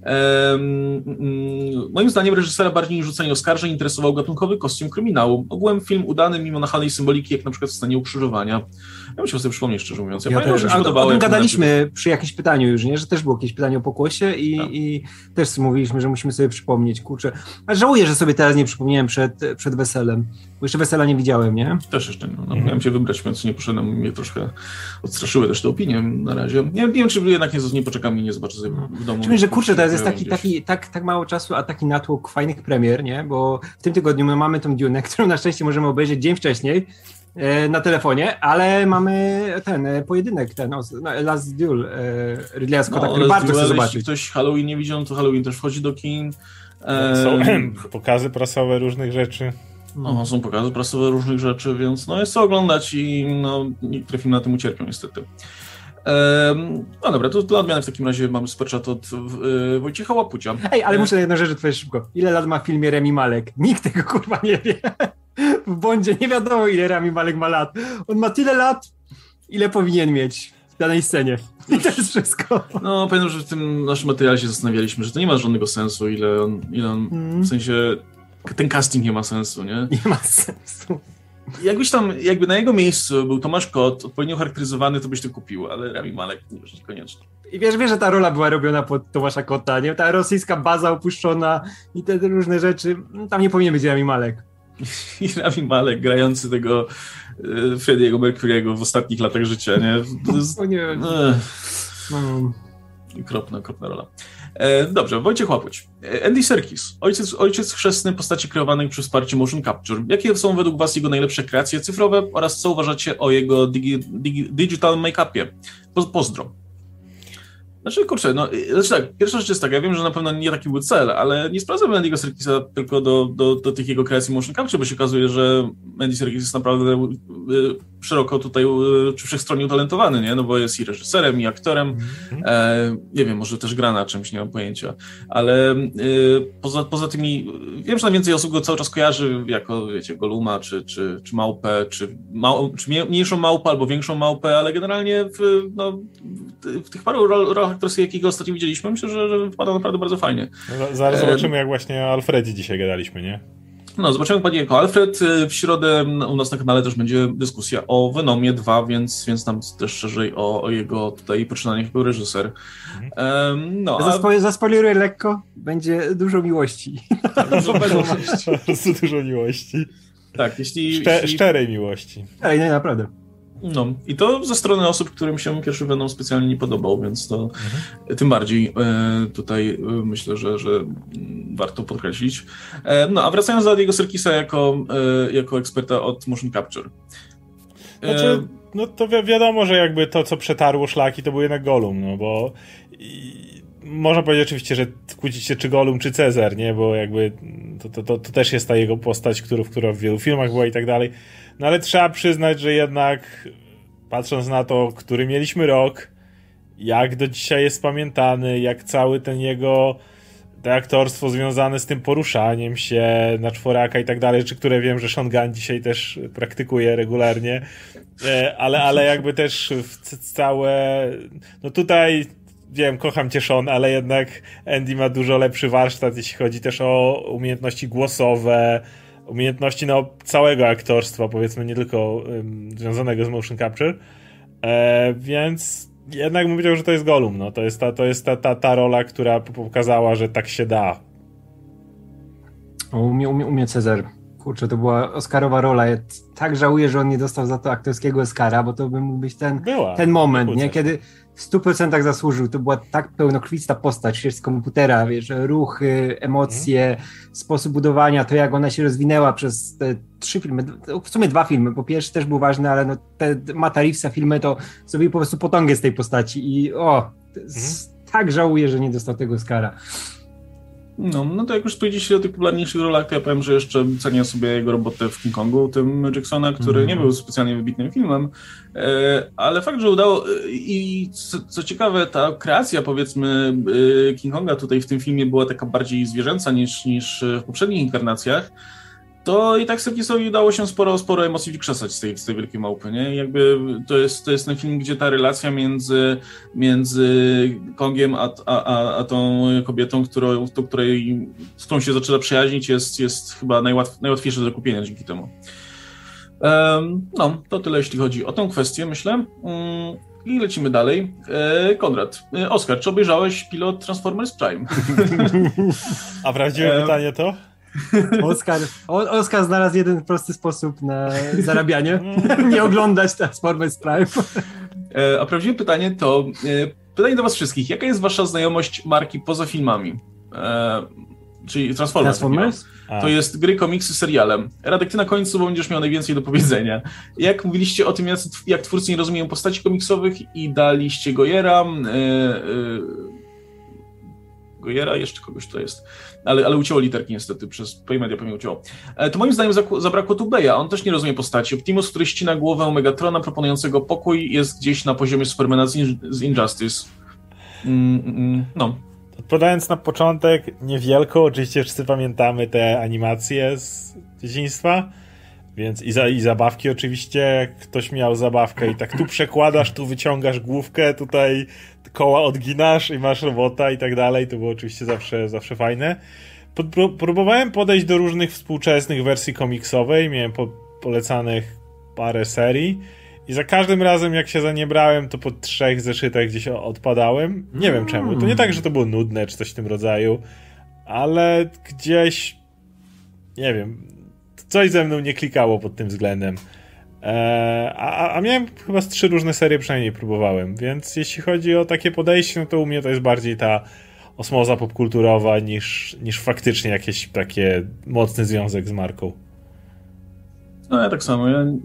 Moim zdaniem reżysera bardziej niż rzucenie oskarżeń interesował gatunkowy kostium kryminału. Ogółem film udany mimo nachalnej symboliki, jak na przykład w scenie ukrzyżowania. Ja musiał sobie przypomnieć, szczerze mówiąc.
Ja też, o tym gadaliśmy przy jakimś pytaniu już, nie? Że też było jakieś pytanie o Pokłosie i też mówiliśmy, że musimy sobie przypomnieć, kurczę. A żałuję, że sobie teraz nie przypomniałem przed weselem, bo jeszcze wesela nie widziałem, nie?
Też jeszcze nie. Miałem się wybrać, więc nie poszedłem. Mnie troszkę odstraszyły też te opinie na razie. Nie wiem, czy jednak nie poczekam i nie zobaczę sobie w domu.
Czyli, że kurczę, teraz jest tak mało czasu, a taki natłok fajnych premier, nie? Bo w tym tygodniu my mamy tą Dune, którą na szczęście możemy obejrzeć dzień wcześniej na telefonie, ale mamy ten pojedynek, Last Duel Ridleya Scotta, który warto chcę zobaczyć.
Jeśli ktoś Halloween nie widział, to Halloween też wchodzi do kin.
Są pokazy prasowe różnych rzeczy.
No, są pokazy prasowe różnych rzeczy, więc jest co oglądać i niektóre filmy na tym ucierpią niestety. No dobra, to dla odmiany w takim razie mamy superchat od Wojciecha Łapucia.
Ej, ale muszę jedną rzecz odpowiedzieć szybko. Ile lat ma w filmie Rami Malek? Nikt tego kurwa nie wie. W Bondzie nie wiadomo, ile Rami Malek ma lat. On ma tyle lat, ile powinien mieć w danej scenie. I to jest wszystko.
No, pamiętam, że w tym naszym materiale się zastanawialiśmy, że to nie ma żadnego sensu, ile on w sensie ten casting nie ma sensu, nie?
Nie ma sensu.
Jakbyś tam, jakby na jego miejscu był Tomasz Kot, odpowiednio charakteryzowany, to byś to kupił, ale Rami Malek już niekoniecznie.
I wiesz, że ta rola była robiona pod Tomasza Kota, nie? Ta rosyjska baza opuszczona i te różne rzeczy, tam nie powinien być Rami Malek.
I Rami Malek grający tego Freddie'ego Mercury'ego w ostatnich latach życia, nie? To jest,
o nie.
Okropna rola. Dobrze, Wojciech Łapuć. Andy Serkis, ojciec chrzestny postaci kreowanej przy wsparciu motion capture. Jakie są według was jego najlepsze kreacje cyfrowe oraz co uważacie o jego digital make-upie? Pozdro. Znaczy, kurczę, tak, pierwsza rzecz jest taka, ja wiem, że na pewno nie taki był cel, ale nie sprawdzam Andy'ego Serkisa tylko do tych jego kreacji motion capture, bo się okazuje, że Andy Serkis jest naprawdę szeroko tutaj, czy wszechstronnie utalentowany, nie? No bo jest i reżyserem, i aktorem, nie wiem, może też gra na czymś, nie mam pojęcia, ale poza tymi, wiem, że najwięcej osób go cały czas kojarzy jako, wiecie, Goluma, czy małpę, czy mniejszą małpę, albo większą małpę, ale generalnie w tych paru rolach aktorskich, jakiego ostatnio widzieliśmy, myślę, że wypada naprawdę bardzo fajnie.
Zaraz zobaczymy, jak właśnie o Alfredzie dzisiaj gadaliśmy, nie?
No, zobaczymy pani jako Alfred. W środę u nas na kanale też będzie dyskusja o Venomie 2, więc tam też szerzej o jego tutaj poczynaniach jako reżyser.
Zaspoileruję lekko, będzie dużo miłości.
Dużo miłości.
Tak, jeśli
szczerej miłości.
Ej, nie, naprawdę.
No, i to ze strony osób, którym się pierwszy Venom specjalnie nie podobał, więc to tym bardziej tutaj myślę, że warto podkreślić. No, a wracając do Andy'ego Serkisa jako eksperta od motion capture.
Znaczy, no to wiadomo, że jakby to, co przetarło szlaki, to był jednak Gollum, no bo można powiedzieć oczywiście, że kłócić się czy Gollum, czy Cezar, nie, bo jakby to też jest ta jego postać, która w wielu filmach była i tak dalej. No ale trzeba przyznać, że jednak patrząc na to, który mieliśmy rok, jak do dzisiaj jest pamiętany, jak cały ten jego aktorstwo związane z tym poruszaniem się na czworaka i tak dalej, czy które wiem, że Sean Gunn dzisiaj też praktykuje regularnie, ale jakby też całe, no tutaj wiem, kocham cię Sean, ale jednak Andy ma dużo lepszy warsztat, jeśli chodzi też o umiejętności głosowe, umiejętności całego aktorstwa, powiedzmy, nie tylko związanego z motion capture, więc jednak bym powiedział, że to jest Gollum, no. To jest ta rola, która pokazała, że tak się da.
Umie Cezar. Kurczę, to była Oscarowa rola. Ja tak żałuję, że on nie dostał za to aktorskiego Oscara, bo to by mógł być ten moment, nie? Kiedy w 100% zasłużył. To była tak pełnokrwista postać, z komputera, wiesz, ruchy, emocje, sposób budowania, to jak ona się rozwinęła przez te 3 filmy, w sumie 2 filmy, bo pierwszy też był ważny, ale te Matta Reevesa filmy to zrobił po prostu potągę z tej postaci i tak żałuję, że nie dostał tego Oscara.
No to jak już powiedzieliście o tych popularniejszych rolach, to ja powiem, że jeszcze cenię sobie jego robotę w King Kongu, tym Jacksona, który nie był specjalnie wybitnym filmem, ale fakt, że udało i co ciekawe, ta kreacja, powiedzmy, King Konga tutaj w tym filmie była taka bardziej zwierzęca niż w poprzednich inkarnacjach, to i tak Serkisowi udało się sporo emocji wykrzesać z tej wielkiej małpy, nie? Jakby to jest ten film, gdzie ta relacja między Kongiem a tą kobietą, z którą się zaczyna przyjaźnić, jest chyba najłatwiejsze do kupienia dzięki temu. No, to tyle, jeśli chodzi o tę kwestię, myślę. I lecimy dalej. Konrad, Oskar, czy obejrzałeś pilot Transformers Prime?
A prawdziwe pytanie to?
Oskar znalazł jeden prosty sposób na zarabianie. Nie oglądać Transformers Prime.
A prawdziwe pytanie to pytanie do was wszystkich. Jaka jest wasza znajomość marki poza filmami? Czyli Transformers? To jest gry, komiksy, seriale. Radek, ty na końcu będziesz miał najwięcej do powiedzenia. Jak mówiliście o tym, jak twórcy nie rozumieją postaci komiksowych i daliście Goyera, jeszcze kogoś to jest, ale ucięło literki niestety, przez Playmedia pewnie ucięło. To moim zdaniem zabrakło tu Beya, on też nie rozumie postaci. Optimus, który ścina głowę Megatrona proponującego pokój, jest gdzieś na poziomie Supermana z Injustice. No.
Odpowiadając na początek, niewielko, oczywiście wszyscy pamiętamy te animacje z dzieciństwa, więc i zabawki oczywiście, jak ktoś miał zabawkę i tak tu przekładasz, tu wyciągasz główkę, tutaj koła odginasz i masz robota i tak dalej, to było oczywiście zawsze fajne. Próbowałem podejść do różnych współczesnych wersji komiksowej, miałem polecanych parę serii i za każdym razem jak się za nie brałem, to po 3 zeszytach gdzieś odpadałem. Nie wiem czemu, to nie tak, że to było nudne czy coś w tym rodzaju, ale gdzieś nie wiem, coś ze mną nie klikało pod tym względem. A miałem chyba z 3 różne serie przynajmniej próbowałem, więc jeśli chodzi o takie podejście, no to u mnie to jest bardziej ta osmoza popkulturowa niż faktycznie jakiś taki mocny związek z marką.
No ja tak samo. Ja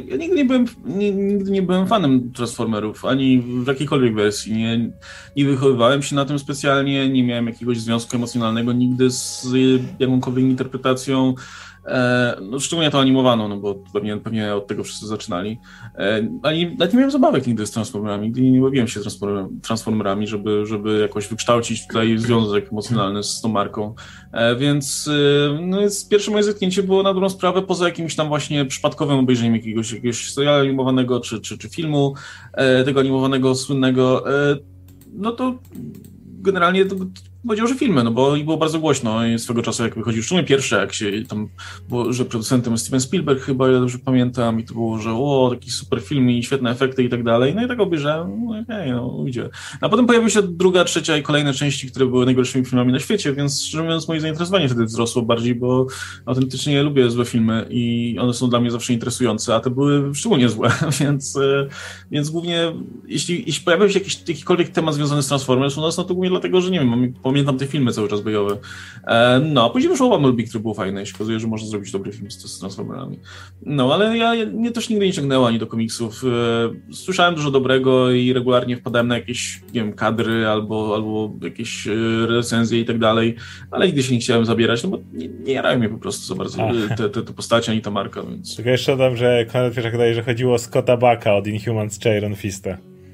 nigdy nie byłem fanem Transformerów, ani w jakiejkolwiek wersji. Nie wychowywałem się na tym specjalnie, nie miałem jakiegoś związku emocjonalnego nigdy z jakąkolwiek interpretacją. No, szczególnie to animowano, no bo pewnie od tego wszyscy zaczynali. Nawet nie miałem zabawek nigdy z Transformerami, nigdy nie bawiłem się Transformerami, żeby jakoś wykształcić tutaj związek emocjonalny z tą marką. Więc no, pierwsze moje zetknięcie było na dobrą sprawę, poza jakimś tam właśnie przypadkowym obejrzeniem jakiegoś serialu animowanego czy filmu tego animowanego, słynnego, no to generalnie to powiedział, że filmy, no bo i było bardzo głośno i swego czasu jak wychodził, szczególnie pierwsze, jak się tam było, że producentem jest Steven Spielberg chyba, ja dobrze pamiętam, i to było, że taki super film i świetne efekty i tak dalej, no i tak obejrzałem, no okej, no idzie. A potem pojawiły się druga, trzecia i kolejne części, które były najgorszymi filmami na świecie, więc szczerze mówiąc moje zainteresowanie wtedy wzrosło bardziej, bo autentycznie lubię złe filmy i one są dla mnie zawsze interesujące, a te były szczególnie złe, więc głównie jeśli pojawiał się jakikolwiek temat związany z Transformers u nas, no to głównie dlatego, że nie wiem, pamiętam te filmy cały czas bojowe. No, a później wyszło Bumblebee, który był fajny, się okazuje, że można zrobić dobry film z Transformerami. No, ale mnie też nigdy nie ciągnęło ani do komiksów. Słyszałem dużo dobrego i regularnie wpadałem na jakieś, nie wiem, kadry albo jakieś recenzje i tak dalej, ale nigdy się nie chciałem zabierać, no bo nie jarają mnie po prostu za bardzo te postacie ani ta marka, więc...
Tylko jeszcze dodam, że Konrad Pieszak daje, że chodziło o Scotta Bucka od Inhumans czy Iron Fista.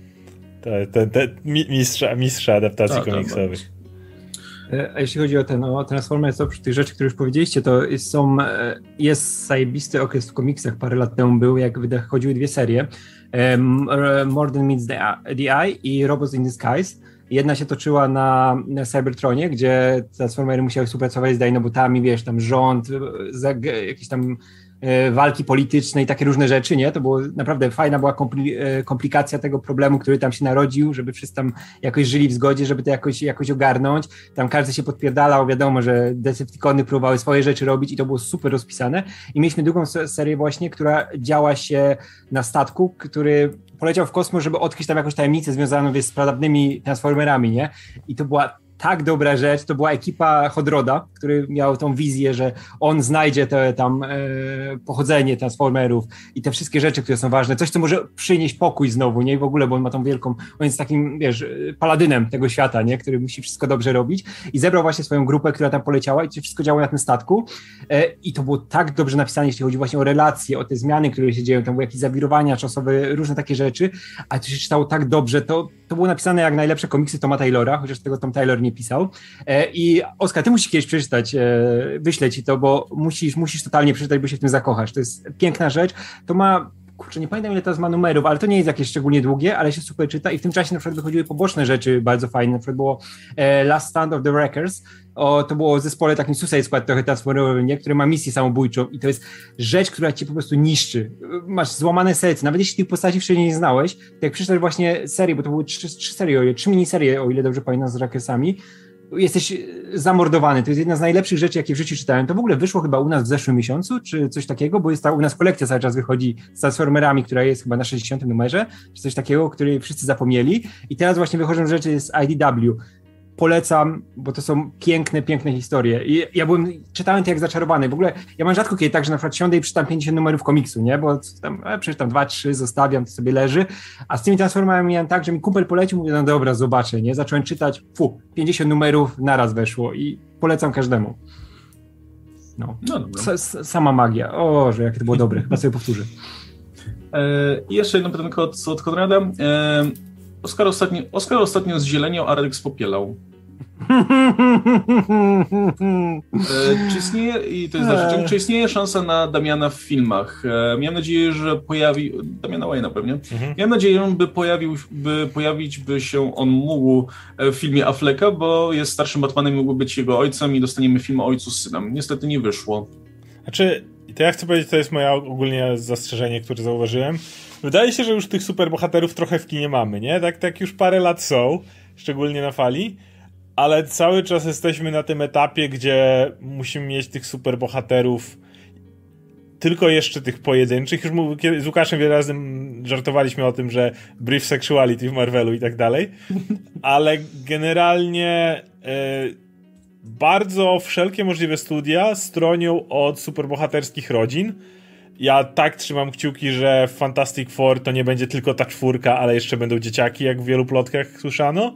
Mistrza adaptacji komiksowych.
A jeśli chodzi o Transformers, oprócz tych rzeczy, które już powiedzieliście, to jest zajebisty okres w komiksach, parę lat temu był, jak wychodziły 2 serie, More Than Meets the Eye i Robots in Disguise. Jedna się toczyła na Cybertronie, gdzie Transformery musiały współpracować z Dinobotami, wiesz, tam rząd, jakieś tam walki polityczne i takie różne rzeczy, nie? To było naprawdę fajna była komplikacja tego problemu, który tam się narodził, żeby wszyscy tam jakoś żyli w zgodzie, żeby to jakoś ogarnąć. Tam każdy się podpierdalał, wiadomo, że Decepticony próbowały swoje rzeczy robić i to było super rozpisane. I mieliśmy drugą serię właśnie, która działa się na statku, który poleciał w kosmos, żeby odkryć tam jakąś tajemnicę związaną z pradawnymi Transformerami, nie? I to była tak dobra rzecz, to była ekipa Hodroda, który miał tą wizję, że on znajdzie pochodzenie Transformerów i te wszystkie rzeczy, które są ważne, coś, co może przynieść pokój znowu, nie? I w ogóle, bo on ma tą wielką, on jest takim, wiesz, paladynem tego świata, nie? Który musi wszystko dobrze robić i zebrał właśnie swoją grupę, która tam poleciała i to wszystko działo na tym statku i to było tak dobrze napisane, jeśli chodzi właśnie o relacje, o te zmiany, które się dzieją, tam były jakieś zawirowania czasowe, różne takie rzeczy, a to się czytało tak dobrze, to to było napisane jak najlepsze komiksy Toma Taylora, chociaż tego Tom Taylor nie pisał. I Oskar, ty musisz kiedyś przeczytać, wyślę ci to, bo musisz totalnie przeczytać, bo się w tym zakochasz. To jest piękna rzecz. To ma, kurczę, nie pamiętam ile teraz ma numerów, ale to nie jest jakieś szczególnie długie, ale się super czyta i w tym czasie na przykład wychodziły poboczne rzeczy bardzo fajne. Na przykład było Last Stand of the Wreckers. To było w zespole takim Suicide Squad trochę transformowym, który ma misję samobójczą i to jest rzecz, która cię po prostu niszczy. Masz złamane serce. Nawet jeśli tych postaci wcześniej nie znałeś, to jak przeczytasz właśnie serię, bo to były trzy serie, 3 miniserie, o ile dobrze pamiętam, z Wreckersami, jesteś zamordowany. To jest jedna z najlepszych rzeczy, jakie w życiu czytałem. To w ogóle wyszło chyba u nas w zeszłym miesiącu, czy coś takiego, bo jest u nas kolekcja cały czas wychodzi z Transformerami, która jest chyba na 60. numerze, czy coś takiego, o której wszyscy zapomnieli. I teraz właśnie wychodzą rzeczy z IDW. Polecam, bo to są piękne, piękne historie. I ja czytałem to jak zaczarowany. W ogóle ja mam rzadko kiedy tak, że na przykład siądę i przeczytam 50 numerów komiksu, nie? Bo tam przeczytam 2-3, zostawiam, to sobie leży. A z tymi Transformami miałem tak, że mi kumpel polecił, mówię, no dobra, zobaczę, nie? Zacząłem czytać, 50 numerów naraz weszło i polecam każdemu. No sama magia. O, że jakie to było dobre. Chyba sobie powtórzę.
I jeszcze jedno pytanie od Konrada. Oskar ostatnio zzieleniał, a Radek spopielał. Czy istnieje, i to jest dalsza rzecz, czy istnieje szansa na Damiana w filmach? Miałem nadzieję, że Damiana Wayne'a pewnie. Miałem nadzieję, by pojawić się on mógł w filmie Afflecka, bo jest starszym Batmanem i mógłby być jego ojcem i dostaniemy film o ojcu z synem. Niestety nie wyszło.
Znaczy, to ja chcę powiedzieć, to jest moje ogólnie zastrzeżenie, które zauważyłem. Wydaje się, że już tych superbohaterów trochę w kinie mamy, nie? Tak już parę lat są, szczególnie na fali, ale cały czas jesteśmy na tym etapie, gdzie musimy mieć tych superbohaterów tylko jeszcze tych pojedynczych. Już z Łukaszem wiele razy żartowaliśmy o tym, że brief sexuality w Marvelu i tak dalej, ale generalnie bardzo wszelkie możliwe studia stronią od superbohaterskich rodzin. Ja tak trzymam kciuki, że w Fantastic Four to nie będzie tylko ta 4, ale jeszcze będą dzieciaki, jak w wielu plotkach słyszano,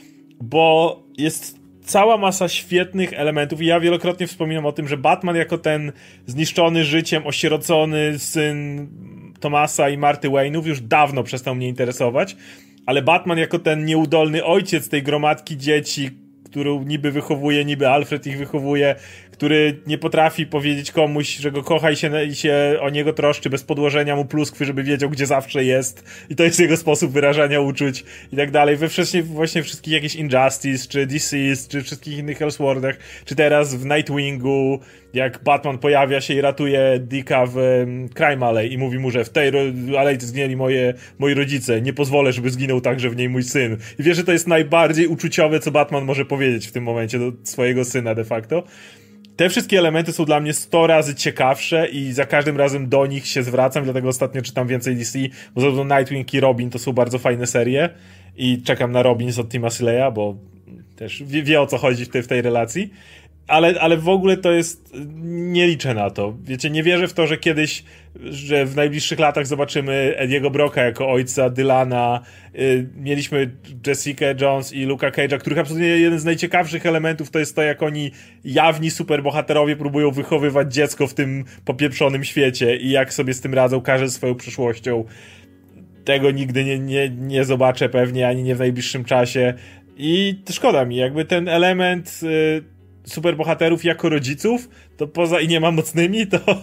bo jest cała masa świetnych elementów i ja wielokrotnie wspominam o tym, że Batman jako ten zniszczony życiem, osierocony syn Thomasa i Marty Wayne'ów już dawno przestał mnie interesować, ale Batman jako ten nieudolny ojciec tej gromadki dzieci, którą niby wychowuje, niby Alfred ich wychowuje, który nie potrafi powiedzieć komuś, że go kocha i się o niego troszczy bez podłożenia mu pluskwy, żeby wiedział, gdzie zawsze jest i to jest jego sposób wyrażania uczuć i tak dalej. We właśnie wszystkich jakichś Injustice, czy DC's, czy wszystkich innych Elseworldach, czy teraz w Nightwingu, jak Batman pojawia się i ratuje Dicka w Crime Alley i mówi mu, że w tej alejce zginęli moi rodzice, nie pozwolę, żeby zginął także w niej mój syn. I wiesz, że to jest najbardziej uczuciowe, co Batman może powiedzieć w tym momencie do swojego syna de facto. Te wszystkie elementy są dla mnie 100 razy ciekawsze i za każdym razem do nich się zwracam, dlatego ostatnio czytam więcej DC, bo zarówno Nightwing i Robin to są bardzo fajne serie i czekam na Robins od Tima Saleya, bo też wie o co chodzi w tej relacji. Ale w ogóle to jest... Nie liczę na to. Wiecie, nie wierzę w to, że kiedyś, że w najbliższych latach zobaczymy Ediego Brocka jako ojca Dylana. Mieliśmy Jessica Jones i Luka Cage'a, których absolutnie jeden z najciekawszych elementów to jest to, jak oni jawni superbohaterowie próbują wychowywać dziecko w tym popieprzonym świecie i jak sobie z tym radzą, każdy swoją przyszłością. Tego nigdy nie zobaczę pewnie, ani nie w najbliższym czasie. I szkoda mi, jakby ten element... superbohaterów jako rodziców, to poza i nie ma mocnymi,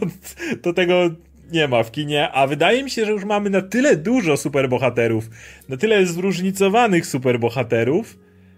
to tego nie ma w kinie, a wydaje mi się, że już mamy na tyle dużo superbohaterów, na tyle zróżnicowanych superbohaterów,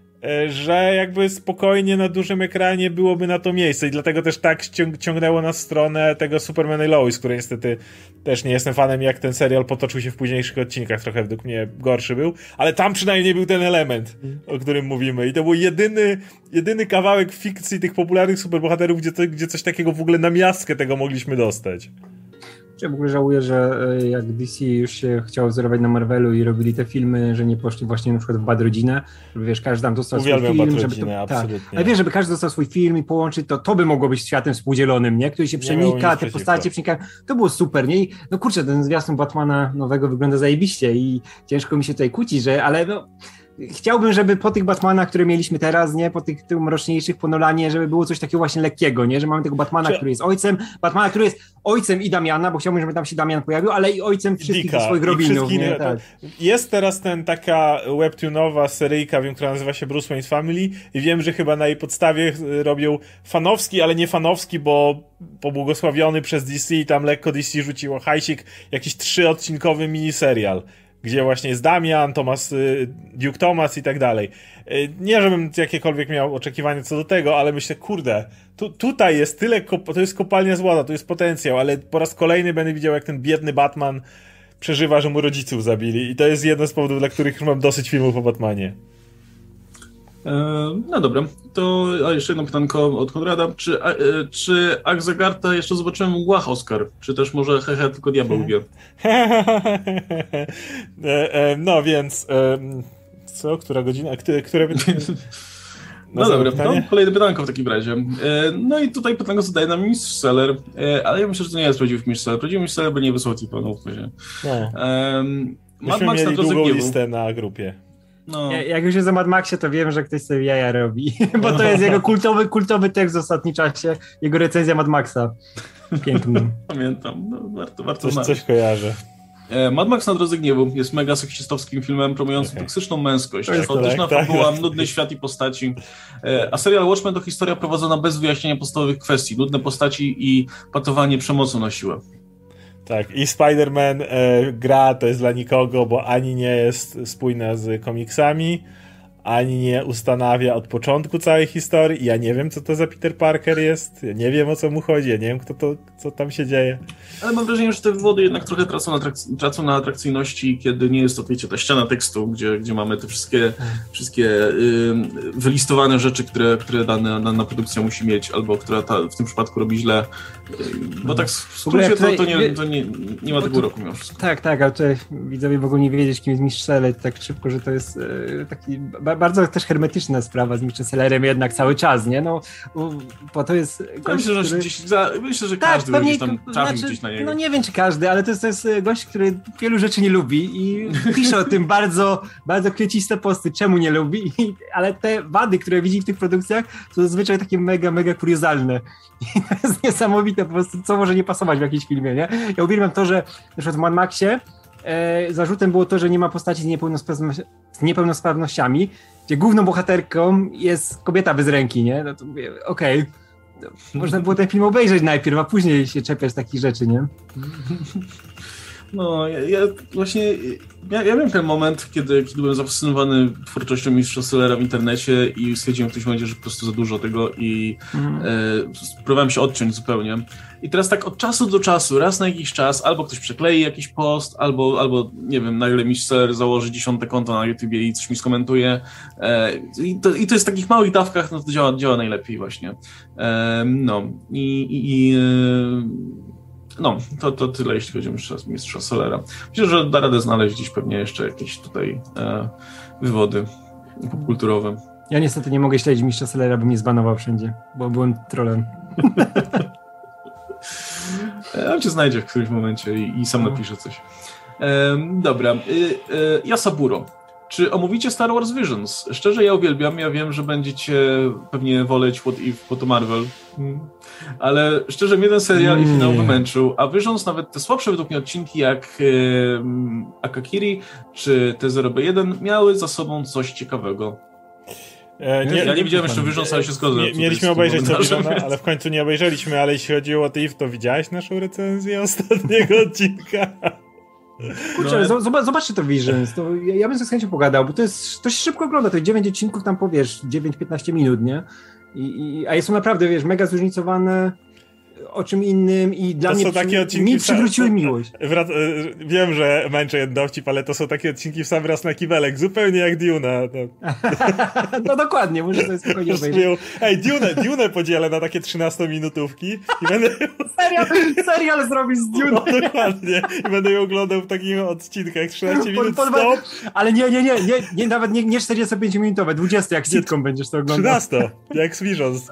że jakby spokojnie na dużym ekranie byłoby na to miejsce i dlatego też tak ciągnęło nas w stronę tego Supermana i Lois, który niestety też nie jestem fanem, jak ten serial potoczył się w późniejszych odcinkach, trochę według mnie gorszy był, ale tam przynajmniej był ten element, o którym mówimy i to był jedyny kawałek fikcji tych popularnych superbohaterów, gdzie coś takiego w ogóle na miastkę tego mogliśmy dostać.
Ja w ogóle żałuję, że jak DC już się chciało wzorować na Marvelu i robili te filmy, że nie poszli właśnie na przykład w Bad Rodzinę, żeby wiesz, każdy tam dostał swój film.
Bad Rodzinę, absolutnie.
Tak. Ale wiesz, żeby każdy dostał swój film i połączyć, to by mogło być światem współdzielonym, nie? Który się przenika, te postacie przenikają. To było super, nie? I no kurczę, ten zwiastun Batmana nowego wygląda zajebiście i ciężko mi się tutaj kłócić, ale no chciałbym, żeby po tych Batmanach, które mieliśmy teraz, nie, po tych mroczniejszych, po Nolanie, żeby było coś takiego właśnie lekkiego, nie, że mamy tego Batmana, który jest ojcem, Batmana, który jest ojcem i Damiana, bo chciałbym, żeby tam się Damian pojawił, ale i ojcem wszystkich swoich Robinów, nie, tak.
Jest teraz taka webtoonowa seryjka, wiem, która nazywa się Bruce Wayne's Family i wiem, że chyba na jej podstawie robią fanowski, ale nie fanowski, bo pobłogosławiony przez DC i tam lekko DC rzuciło hajsik, jakiś 3-odcinkowy miniserial, gdzie właśnie jest Damian, Duke Thomas i tak dalej. Nie, żebym jakiekolwiek miał oczekiwania co do tego, ale myślę, kurde, tutaj jest tyle, to jest kopalnia złota, tu jest potencjał, ale po raz kolejny będę widział, jak ten biedny Batman przeżywa, że mu rodziców zabili i to jest jeden z powodów, dla których już mam dosyć filmów o Batmanie.
No dobra, to jeszcze jedno pytanko od Konrada. Czy Akzagarta jeszcze zobaczymy w mgłach, Oskar? Czy też może hehe, tylko diabeł wie?
No więc... Co? Która godzina? Które pytanie?
No dobra, kolejne pytanko w takim razie. No i tutaj pytanko zadaje nam Mistrz Seller, ale ja myślę, że to nie jest prawdziwy Mistrz Seller. Prawdziwy Mistrz Seller by nie wysłał ci panów.
Myśmy mieli długą listę na grupie.
No. Jak już jest o Mad Maxie, to wiem, że ktoś sobie jaja robi, bo to jest jego kultowy tekst w ostatnim czasie, jego recenzja Mad Maxa. Piękny.
Pamiętam, no, warto znać.
Coś kojarzę.
Mad Max na drodze gniewu jest mega seksistowskim filmem promującym toksyczną męskość, chaotyczna fabuła, nudny świat i postaci, a serial Watchmen to historia prowadzona bez wyjaśnienia podstawowych kwestii, nudne postaci i patowanie przemocą na siłę.
Tak, i Spider-Man gra to jest dla nikogo, bo ani nie jest spójna z komiksami, ani nie ustanawia od początku całej historii. Ja nie wiem, co to za Peter Parker jest, ja nie wiem, o co mu chodzi, ja nie wiem, co tam się dzieje. Ale mam wrażenie, że te wywody jednak trochę tracą na atrakcyjności, kiedy nie jest to, wiecie, ta ściana tekstu, gdzie mamy te wszystkie wylistowane rzeczy, które dana produkcja musi mieć, albo która w tym przypadku robi źle. Bo tak w skrócie to nie ma tego uroku mimo wszystko.
Tak, ale tutaj widzowie mogą nie wiedzieć, kim jest Mistrz Seller tak szybko, że to jest taki bardzo też hermetyczna sprawa z Mistrzem Sellerem jednak cały czas, nie? No, bo to jest gość,
myślę, że każdy tak, gdzieś tam trafił gdzieś na niego.
No nie wiem, czy każdy, ale to jest gość, który wielu rzeczy nie lubi i pisze o tym bardzo, bardzo kwieciste posty, czemu nie lubi, ale te wady, które widzi w tych produkcjach, to zazwyczaj takie mega, mega kuriozalne. I to jest niesamowite po prostu, co może nie pasować w jakimś filmie, nie? Ja uwielbiam to, że na przykład w Mad Maxie zarzutem było to, że nie ma postaci z niepełnosprawnościami, gdzie główną bohaterką jest kobieta bez ręki, nie? No to mówię, okej. Można było ten film obejrzeć najpierw, a później się czepiać takich rzeczy, nie?
No, ja miałem ten moment, kiedy byłem zafascynowany twórczością Mistrza Sellera w internecie i stwierdziłem w którymś momencie, że po prostu za dużo tego i próbowałem się odciąć zupełnie. I teraz tak od czasu do czasu, raz na jakiś czas, albo ktoś przeklei jakiś post, albo nie wiem, nagle Mistrz Seller założy 10. konto na YouTubie i coś mi skomentuje. I to jest w takich małych dawkach, no to działa najlepiej właśnie. No, to tyle, jeśli chodzi o Mistrza Sellera. Myślę, że da radę znaleźć gdzieś pewnie jeszcze jakieś tutaj wywody popkulturowe.
Ja niestety nie mogę śledzić Mistrza Sellera, by mnie zbanował wszędzie, bo byłem trollem.
On cię znajdzie w którymś momencie i sam napisze coś. Dobra. Yasaburo. Czy omówicie Star Wars Visions? Szczerze, ja uwielbiam. Ja wiem, że będziecie pewnie woleć What If, bo to Marvel. Ale szczerze, mnie ten serial i finał wymęczył. A Visions, nawet te słabsze według mnie odcinki jak Akakiri czy T0B1 miały za sobą coś ciekawego. Ja nie widziałem jeszcze Visions, ale się zgodzę.
Mieliśmy obejrzeć to Visiona, ale w końcu nie obejrzeliśmy. Ale jeśli chodzi o What If, to widziałeś naszą recenzję ostatniego odcinka?
Kurczę, zobaczcie to Visions, to ja bym z chęcią pogadał, bo to się szybko ogląda, to jest 9 odcinków, tam powiesz, 9-15 minut, nie? A są naprawdę, wiesz, mega zróżnicowane o czym innym i dla mnie mi przywróciły miłość.
Wiem, że męczę jeden dowcip, ale to są takie odcinki w sam raz na kibelek, zupełnie jak Duna.
No dokładnie, muszę sobie spokojnie obejrzeć.
Ej, Dune podzielę na takie 13-minutówki i będę...
Serial zrobić z Dune.
No, dokładnie. I będę ją oglądał w takich odcinkach 13 minut stop.
Ale nie nawet nie 45-minutowe, 20 jak sitcom będziesz to oglądał.
13, jak z Visions.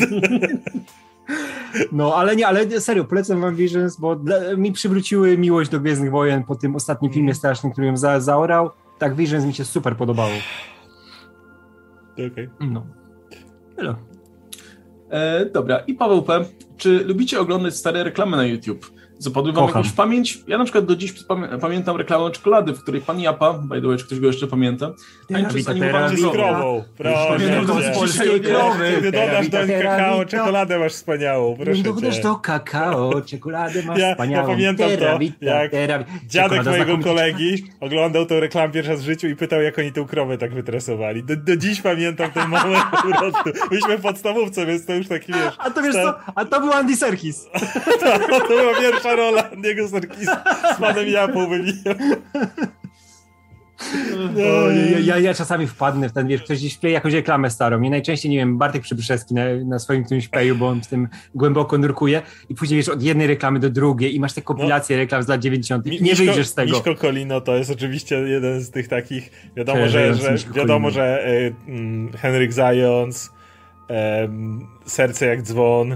No, ale serio, polecam wam Visions, bo mi przywróciły miłość do Gwiezdnych Wojen po tym ostatnim filmie strasznym, który ją zaorał. tak Visions mi się super podobało.
Okej.
No. Hello.
Dobra, i Paweł P. Czy lubicie oglądać stare reklamy na YouTube? Zapadły wam
Kocham.
jakąś w pamięć? Ja na przykład do dziś pamiętam reklamę czekolady, w której pan Japa, by the way, czy ktoś go jeszcze pamięta, tańczy z animowaną
Z krową.
Z polskiej krowy.
Ty dodasz do kakao czekoladę, masz wspaniałą, proszę
Dodasz
cię.
do kakao czekoladę masz
Ja
wspaniałą.
pamiętam to, jak dziadek
Czekolada
mojego
znakomita.
kolegi oglądał tą reklamę pierwszy raz w życiu i pytał, jak oni tę krowę tak wytresowali. Do dziś pamiętam ten moment po prostu. Myśmy w podstawówce, więc to już taki, wiesz...
A to wiesz co? A to był Andy Serkis.
To była pierwsza rola Andiego Serkisa z panem Japą wybijał.
Ja czasami wpadnę w ten, wiesz, ktoś gdzieś wkleje jakąś reklamę starą. Nie najczęściej, nie wiem, Bartek Przybyszewski na swoim którymś peju, bo on w tym głęboko nurkuje i później, wiesz, od jednej reklamy do drugiej i masz te kompilacje reklam z lat 90. i nie wyjdziesz z tego.
Miśko Kolino to jest oczywiście jeden z tych takich, wiadomo,
Kolino.
że Henryk Zając, Serce jak dzwon,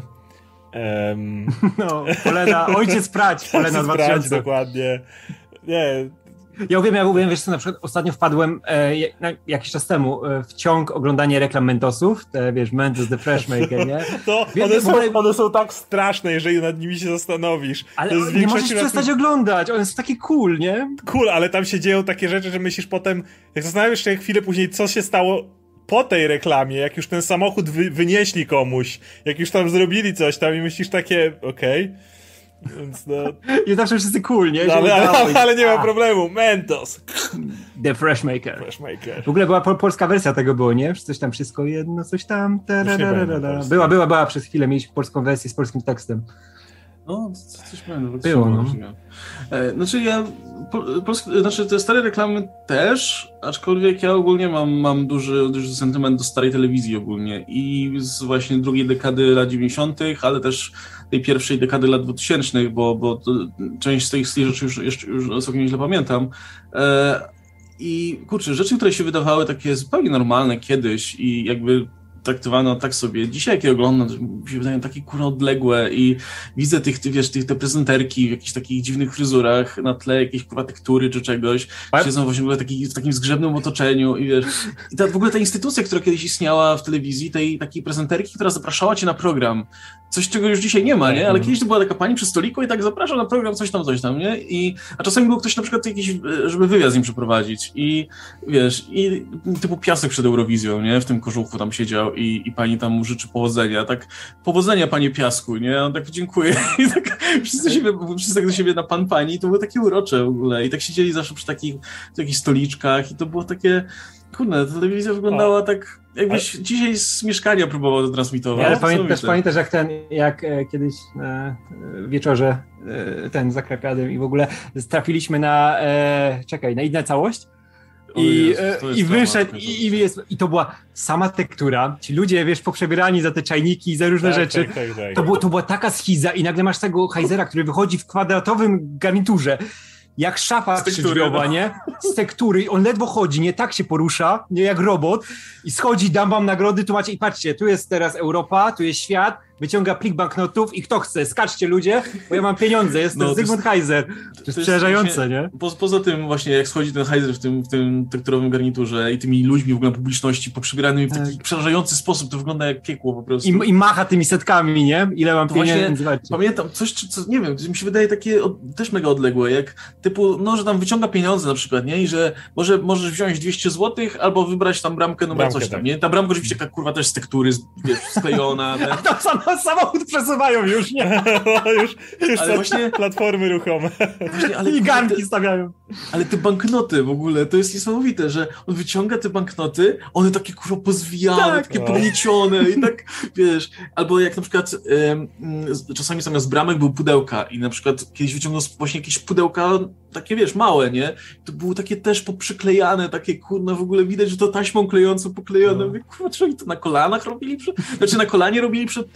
No, Polena, ojciec prać, Polena
Sprać,
2000.
dokładnie. Nie,
Ja uwielbiam, wiesz co, na przykład ostatnio wpadłem jakiś czas temu w ciąg oglądania reklam Mentosów, te, wiesz, Mentos the Fresh Maker, nie?
to one są tak straszne, jeżeli nad nimi się zastanowisz.
Ale
to jest
nie możesz
większości
przestać oglądać, one są takie cool, nie?
Cool, ale tam się dzieją takie rzeczy, że myślisz potem, jak zastanawiasz się chwilę później, co się stało po tej reklamie, jak już ten samochód wynieśli komuś, jak już tam zrobili coś tam i myślisz takie, okej. Więc no...
I zawsze wszyscy cool, nie?
No, ale nie ma problemu. Mentos.
The Fresh Maker.
Fresh Maker.
W ogóle była polska wersja tego było, nie? Coś tam wszystko jedno, coś tam. Była przez chwilę, mieliśmy polską wersję z polskim tekstem.
No, coś pamiętam.
Było, no.
Znaczy znaczy te stare reklamy też, aczkolwiek ja ogólnie mam duży sentyment do starej telewizji ogólnie i z właśnie drugiej dekady lat 90., ale też tej pierwszej dekady lat 2000, bo część z tych rzeczy już całkiem nieźle pamiętam. I kurczę, rzeczy, które się wydawały takie zupełnie normalne kiedyś i jakby traktowano tak sobie. Dzisiaj, jak je oglądam, to mi się wydają takie kurwa odległe i widzę te prezenterki w jakichś takich dziwnych fryzurach na tle jakiejś kurwa tektury czy czegoś. Siedzą właśnie w ogóle w takim zgrzebnym otoczeniu i wiesz. I w ogóle ta instytucja, która kiedyś istniała w telewizji, tej takiej prezenterki, która zapraszała cię na program. Coś, czego już dzisiaj nie ma, nie? Ale kiedyś to była taka pani przy stoliku i tak zapraszał na program coś tam, nie? A czasami był ktoś na przykład jakiś, żeby wywiad z nim przeprowadzić i wiesz, i typu Piasek przed Eurowizją, nie? W tym kożuchu tam siedział i pani tam mu życzy powodzenia, tak, powodzenia panie Piasku, nie? On tak dziękuję i tak wszyscy do siebie na pan pani i to było takie urocze w ogóle i tak siedzieli zawsze przy takich stoliczkach i to było takie, kurde, telewizja wyglądała tak, jakbyś dzisiaj z mieszkania próbował to transmitować.
Ale pamiętasz jak kiedyś na wieczorze za Krakowiadem i w ogóle trafiliśmy na inna całość. I wyszedł i to była sama tektura, ci ludzie, wiesz, poprzebierani za te czajniki i za różne rzeczy. Tak. To była taka schiza i nagle masz tego Heizera, który wychodzi w kwadratowym garniturze, jak szafa skrzyżowa, nie? Z tektury, on ledwo chodzi, nie? Tak się porusza, nie? Jak robot i schodzi, dam wam nagrody, tu macie i patrzcie, tu jest teraz Europa, tu jest świat, wyciąga plik banknotów i kto chce, skaczcie ludzie, bo ja mam pieniądze, jestem Zygmunt Heiser. To jest przerażające, nie?
Poza tym właśnie, jak schodzi ten Heiser w tym tekturowym garniturze i tymi ludźmi w ogóle publiczności poprzebieranymi w taki przerażający sposób, to wygląda jak piekło po prostu.
I macha tymi setkami, nie? Ile mam pieniędzy.
Pamiętam coś, co nie wiem, mi się wydaje takie też mega odległe, jak typu, no, że tam wyciąga pieniądze na przykład, nie? I że możesz wziąć 200 zł albo wybrać tam bramkę numer coś tam, nie? Ta bramka oczywiście taka kurwa też z tektury, wiesz, sklejona.
A tam samochód przesuwają już, nie?
już ale właśnie platformy ruchome.
Właśnie, i garnki stawiają.
Ale te banknoty w ogóle, to jest niesamowite, że on wyciąga te banknoty, one takie kurwa pozwijane, takie pogniecione i tak, wiesz, albo jak na przykład czasami zamiast bramek były pudełka i na przykład kiedyś wyciągnął właśnie jakieś pudełka takie, wiesz, małe, nie? To były takie też poprzyklejane, takie kurwa w ogóle widać, że to taśmą klejącą poklejone. Mówię, kurwa, czy oni to na kolanach robili? Znaczy na kolanie robili przed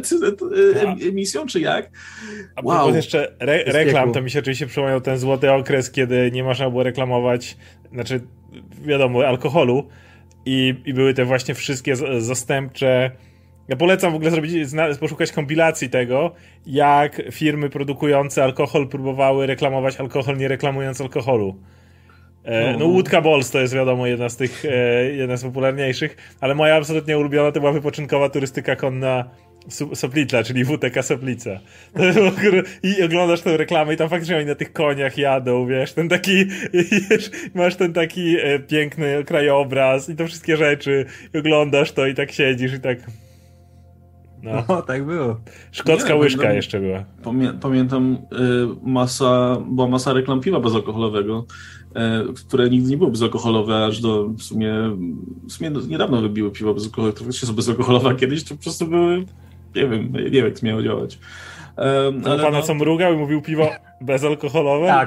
emisją, czy jak?
A jeszcze reklam, to mi się oczywiście przypomniał ten złoty okres, kiedy nie można było reklamować, znaczy wiadomo, alkoholu i były te właśnie wszystkie zastępcze. Ja polecam w ogóle poszukać kompilacji tego, jak firmy produkujące alkohol próbowały reklamować alkohol, nie reklamując alkoholu. No Łódka Balls to jest wiadomo jedna z popularniejszych, ale moja absolutnie ulubiona to była wypoczynkowa turystyka konna Soplitla, czyli WTK Soplica. I oglądasz tę reklamę i tam faktycznie oni na tych koniach jadą, wiesz, ten taki, masz ten taki piękny krajobraz i to wszystkie rzeczy, i oglądasz to i tak siedzisz i tak...
No, tak było.
Szkocka łyżka jeszcze była.
Pamiętam, była masa reklam piwa bezalkoholowego, które nigdy nie były bezalkoholowe, aż do w sumie niedawno wybiły piwo bezalkoholowe, które są bezalkoholowe, a kiedyś to po prostu były, nie wiem jak to miało działać.
Ale pana co mrugał i mówił piwo bezalkoholowe?
Tak.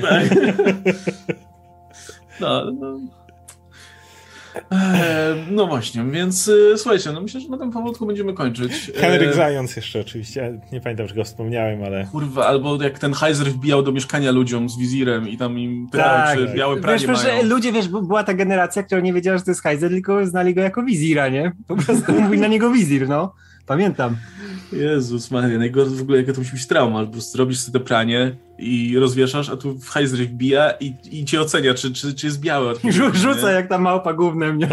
No właśnie, więc słuchajcie, myślę, że na tym powolutku będziemy kończyć.
Henryk Zając jeszcze oczywiście, nie pamiętam, czy go wspomniałem, ale...
Kurwa, albo jak ten Heiser wbijał do mieszkania ludziom z wizirem i tam im pytał, czy białe pranie mają.
Ludzie, była ta generacja, która nie wiedziała, że to jest Heiser, tylko znali go jako wizira, nie? Po prostu mówili na niego wizir, no. Pamiętam.
Jezus Maria, najgorsze w ogóle, jaka to musi być trauma, po prostu robisz sobie to pranie i rozwieszasz, a tu Heiser wbija i cię ocenia, czy jest białe.
Rzuca jak ta małpa gównem, nie?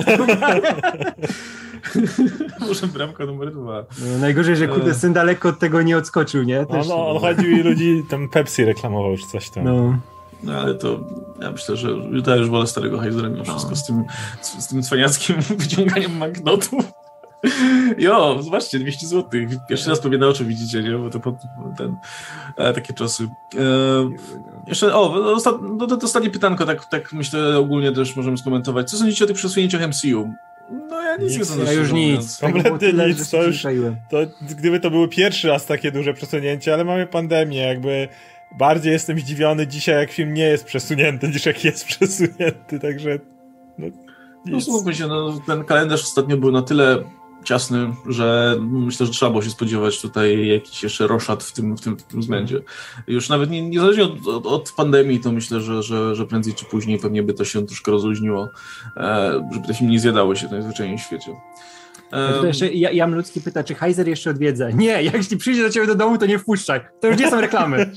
Może bramka numer 2.
No, najgorzej, że kurde syn daleko od tego nie odskoczył, nie? Też,
on chodził i ludzi tam Pepsi reklamował, czy coś tam.
No ale to ja myślę, że ja już wolę starego Heisera mimo wszystko z tym cwaniackim wyciąganiem banknotów. Jo, zobaczcie, 200 zł. Pierwszy raz pewnie na oczy widzicie, nie? Bo to takie czasy. Jeszcze, ostatnie pytanko, tak myślę ogólnie też możemy skomentować. Co sądzicie o tych przesunięciach MCU? No ja nic nie sądzę.
Ja już nic.
Kompletnie nic. To gdyby to były pierwszy raz takie duże przesunięcie, ale mamy pandemię, jakby bardziej jestem zdziwiony dzisiaj, jak film nie jest przesunięty, niż jak jest przesunięty, także
mówmy się, ten kalendarz ostatnio był na tyle ciasny, że myślę, że trzeba było się spodziewać tutaj jakiś jeszcze roszad w tym względzie. Już nawet niezależnie od pandemii, to myślę, że prędzej czy później pewnie by to się troszkę rozluźniło, żeby te filmy nie zjadały się najzwyczajniej w świecie.
To jeszcze Jan Ludzki pyta, czy Heiser jeszcze odwiedza? Nie, jak jeśli przyjdzie do ciebie do domu, to nie wpuszczaj. To już nie są reklamy.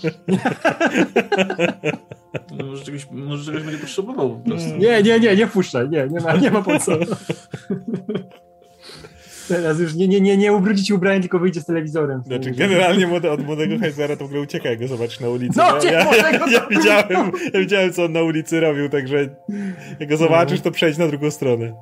No, może czegoś będzie potrzebował po prostu.
Nie wpuszczaj. Nie ma po co. Teraz już nie ubrudzi ci ubrania, tylko wyjdzie z telewizorem.
Znaczy, generalnie od młodego Heisera to w ogóle ucieka, jak go zobaczysz na ulicy.
Ja
widziałem, co on na ulicy robił, także jak go zobaczysz, to przejdź na drugą stronę.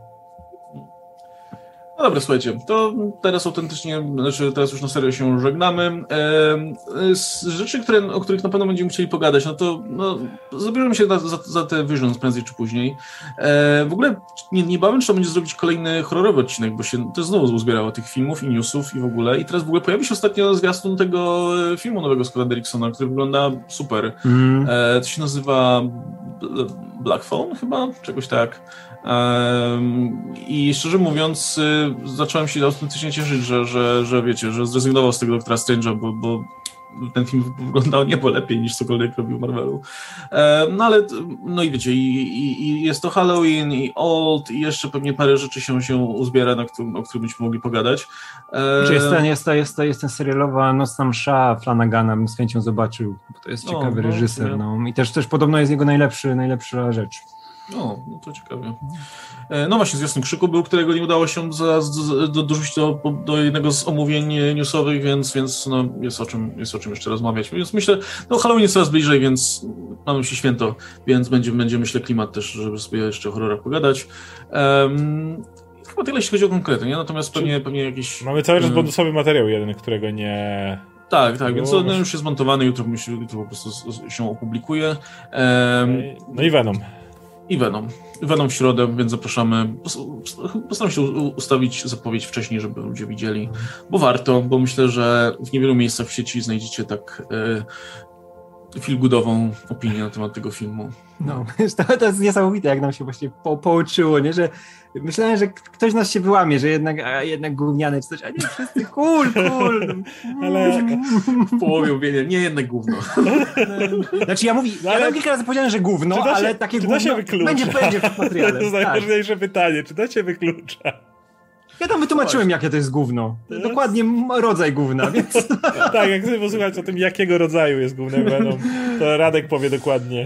No dobra, słuchajcie, to teraz teraz już na serio się żegnamy. Z rzeczy, o których na pewno będziemy chcieli pogadać, zabierzemy się za te Visions prędzej czy później. W ogóle niebawem trzeba będzie zrobić kolejny horrorowy odcinek, bo się to znowu uzbierało tych filmów i newsów i w ogóle. I teraz w ogóle pojawi się ostatnio zwiastun tego filmu nowego Scotta Derricksona, który wygląda super. To się nazywa Black Phone chyba? Czegoś tak. I szczerze mówiąc zacząłem się autentycznie cieszyć, że wiecie, że zrezygnował z tego Doktora Strange'a, bo ten film wyglądał niebo lepiej niż cokolwiek robił Marvelu. No ale, no i wiecie, i jest to Halloween, i Old, i jeszcze pewnie parę rzeczy się uzbiera, o których byśmy mogli pogadać.
Jest ten serialowa Nocna Msza Flanagana, bym z chęcią zobaczył, bo to jest ciekawy reżyser. I też podobno jest jego najlepsza rzecz.
No to ciekawe. No właśnie, zwiastun Krzyku był, którego nie udało się dorzucić do jednego z omówień newsowych, więc jest o czym jeszcze rozmawiać. Więc myślę, Halloween jest coraz bliżej, więc mamy się święto, więc będzie myślę klimat też, żeby sobie jeszcze o horrorach pogadać. Chyba tyle, jeśli chodzi o konkrety, nie? Natomiast pewnie jakiś...
Mamy cały czas bonusowy materiał jeden, którego nie...
Tak, więc on już jest zmontowany, jutro po prostu się opublikuje.
No i Venom.
Venom w środę, więc zapraszamy. Postaram się ustawić zapowiedź wcześniej, żeby ludzie widzieli, bo warto, bo myślę, że w niewielu miejscach w sieci znajdziecie tak feel-goodową opinię na temat tego filmu.
No, to jest niesamowite, jak nam się właśnie połączyło, nie? Że myślałem, że ktoś z nas się wyłamie, że jednak gówniane czy coś, a nie, wszyscy cool.
Ale
w połowie mówienia, nie, jednak gówno.
Znaczy ja tam kilka razy powiedziałem, że gówno, ale takie gówno będzie w materiale.
To jest najważniejsze pytanie, czy to się wyklucza?
Ja tam wytłumaczyłem, jakie to jest gówno. Dokładnie rodzaj gówna, więc...
Tak, jak chcesz posłuchać o tym, jakiego rodzaju jest gównem Venom, to Radek powie dokładnie.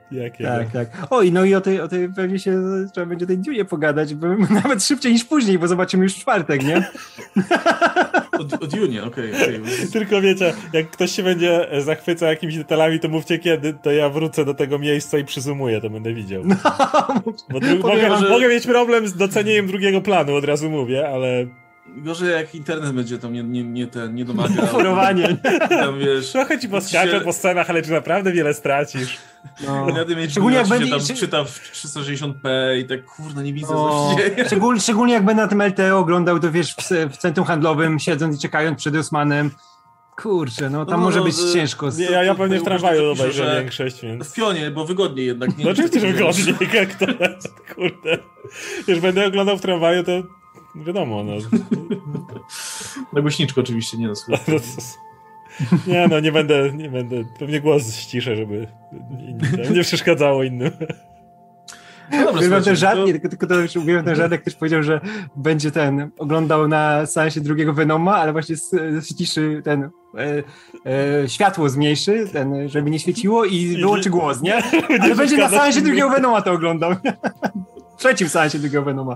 Jakiego?
Tak. Oj, no i o tej pewnie się trzeba będzie o tej Dune pogadać, bo nawet szybciej niż później, bo zobaczymy już w czwartek, nie?
O Dune, okej.
Tylko wiecie, jak ktoś się będzie zachwycał jakimiś detalami, to mówcie kiedy, to ja wrócę do tego miejsca i przyzumuję, to będę widział.
No,
Bo mogę mieć problem z docenieniem drugiego planu, od razu mówię, ale...
Gorzej jak internet będzie tam nie domagał.
Forowanie.
Tam, wiesz,
trochę ci poskaczę po scenach, ale czy naprawdę wiele stracisz?
No. Szczególnie jak będzie się tam czyta w 360p i tak kurde nie widzę, co się dzieje.
Szczególnie jak będę na tym LTE oglądał, to wiesz, w centrum handlowym siedząc i czekając przed Osmanem. Kurczę, no tam może być ciężko.
Ja pewnie w tramwaju obejrzę większość, więc...
W pionie, bo wygodniej jednak.
No oczywiście, że wygodniej, jak to jest, kurde. Już będę oglądał w tramwaju, to wiadomo, no.
Na głośniczku oczywiście, nie na słuch.
Nie, no nie będę, pewnie głos ściszę, żeby nie przeszkadzało innym.
No dobra,
uwielbiam ten żart, uwielbiam ten żart, jak ktoś powiedział, że będzie oglądał na seansie drugiego Venoma, ale właśnie ściszy światło zmniejszy, żeby nie świeciło i wyłączy głos, nie? Ale będzie na seansie drugiego Venoma to oglądał. W trzecim seansie drugiego Venoma.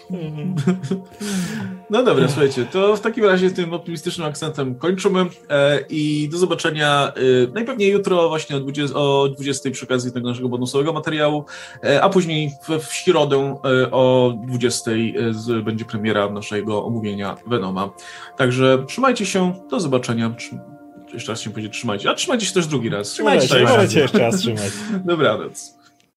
No dobra, słuchajcie, to w takim razie tym optymistycznym akcentem kończymy i do zobaczenia najpewniej jutro właśnie o 20 przy okazji tego naszego bonusowego materiału, a później w środę o 20 będzie premiera naszego omówienia Venoma. Także trzymajcie się, do zobaczenia. Jeszcze raz się powiedzieć trzymajcie, a trzymajcie się też drugi raz.
Trzymajcie się jeszcze raz trzymać.
Dobranoc.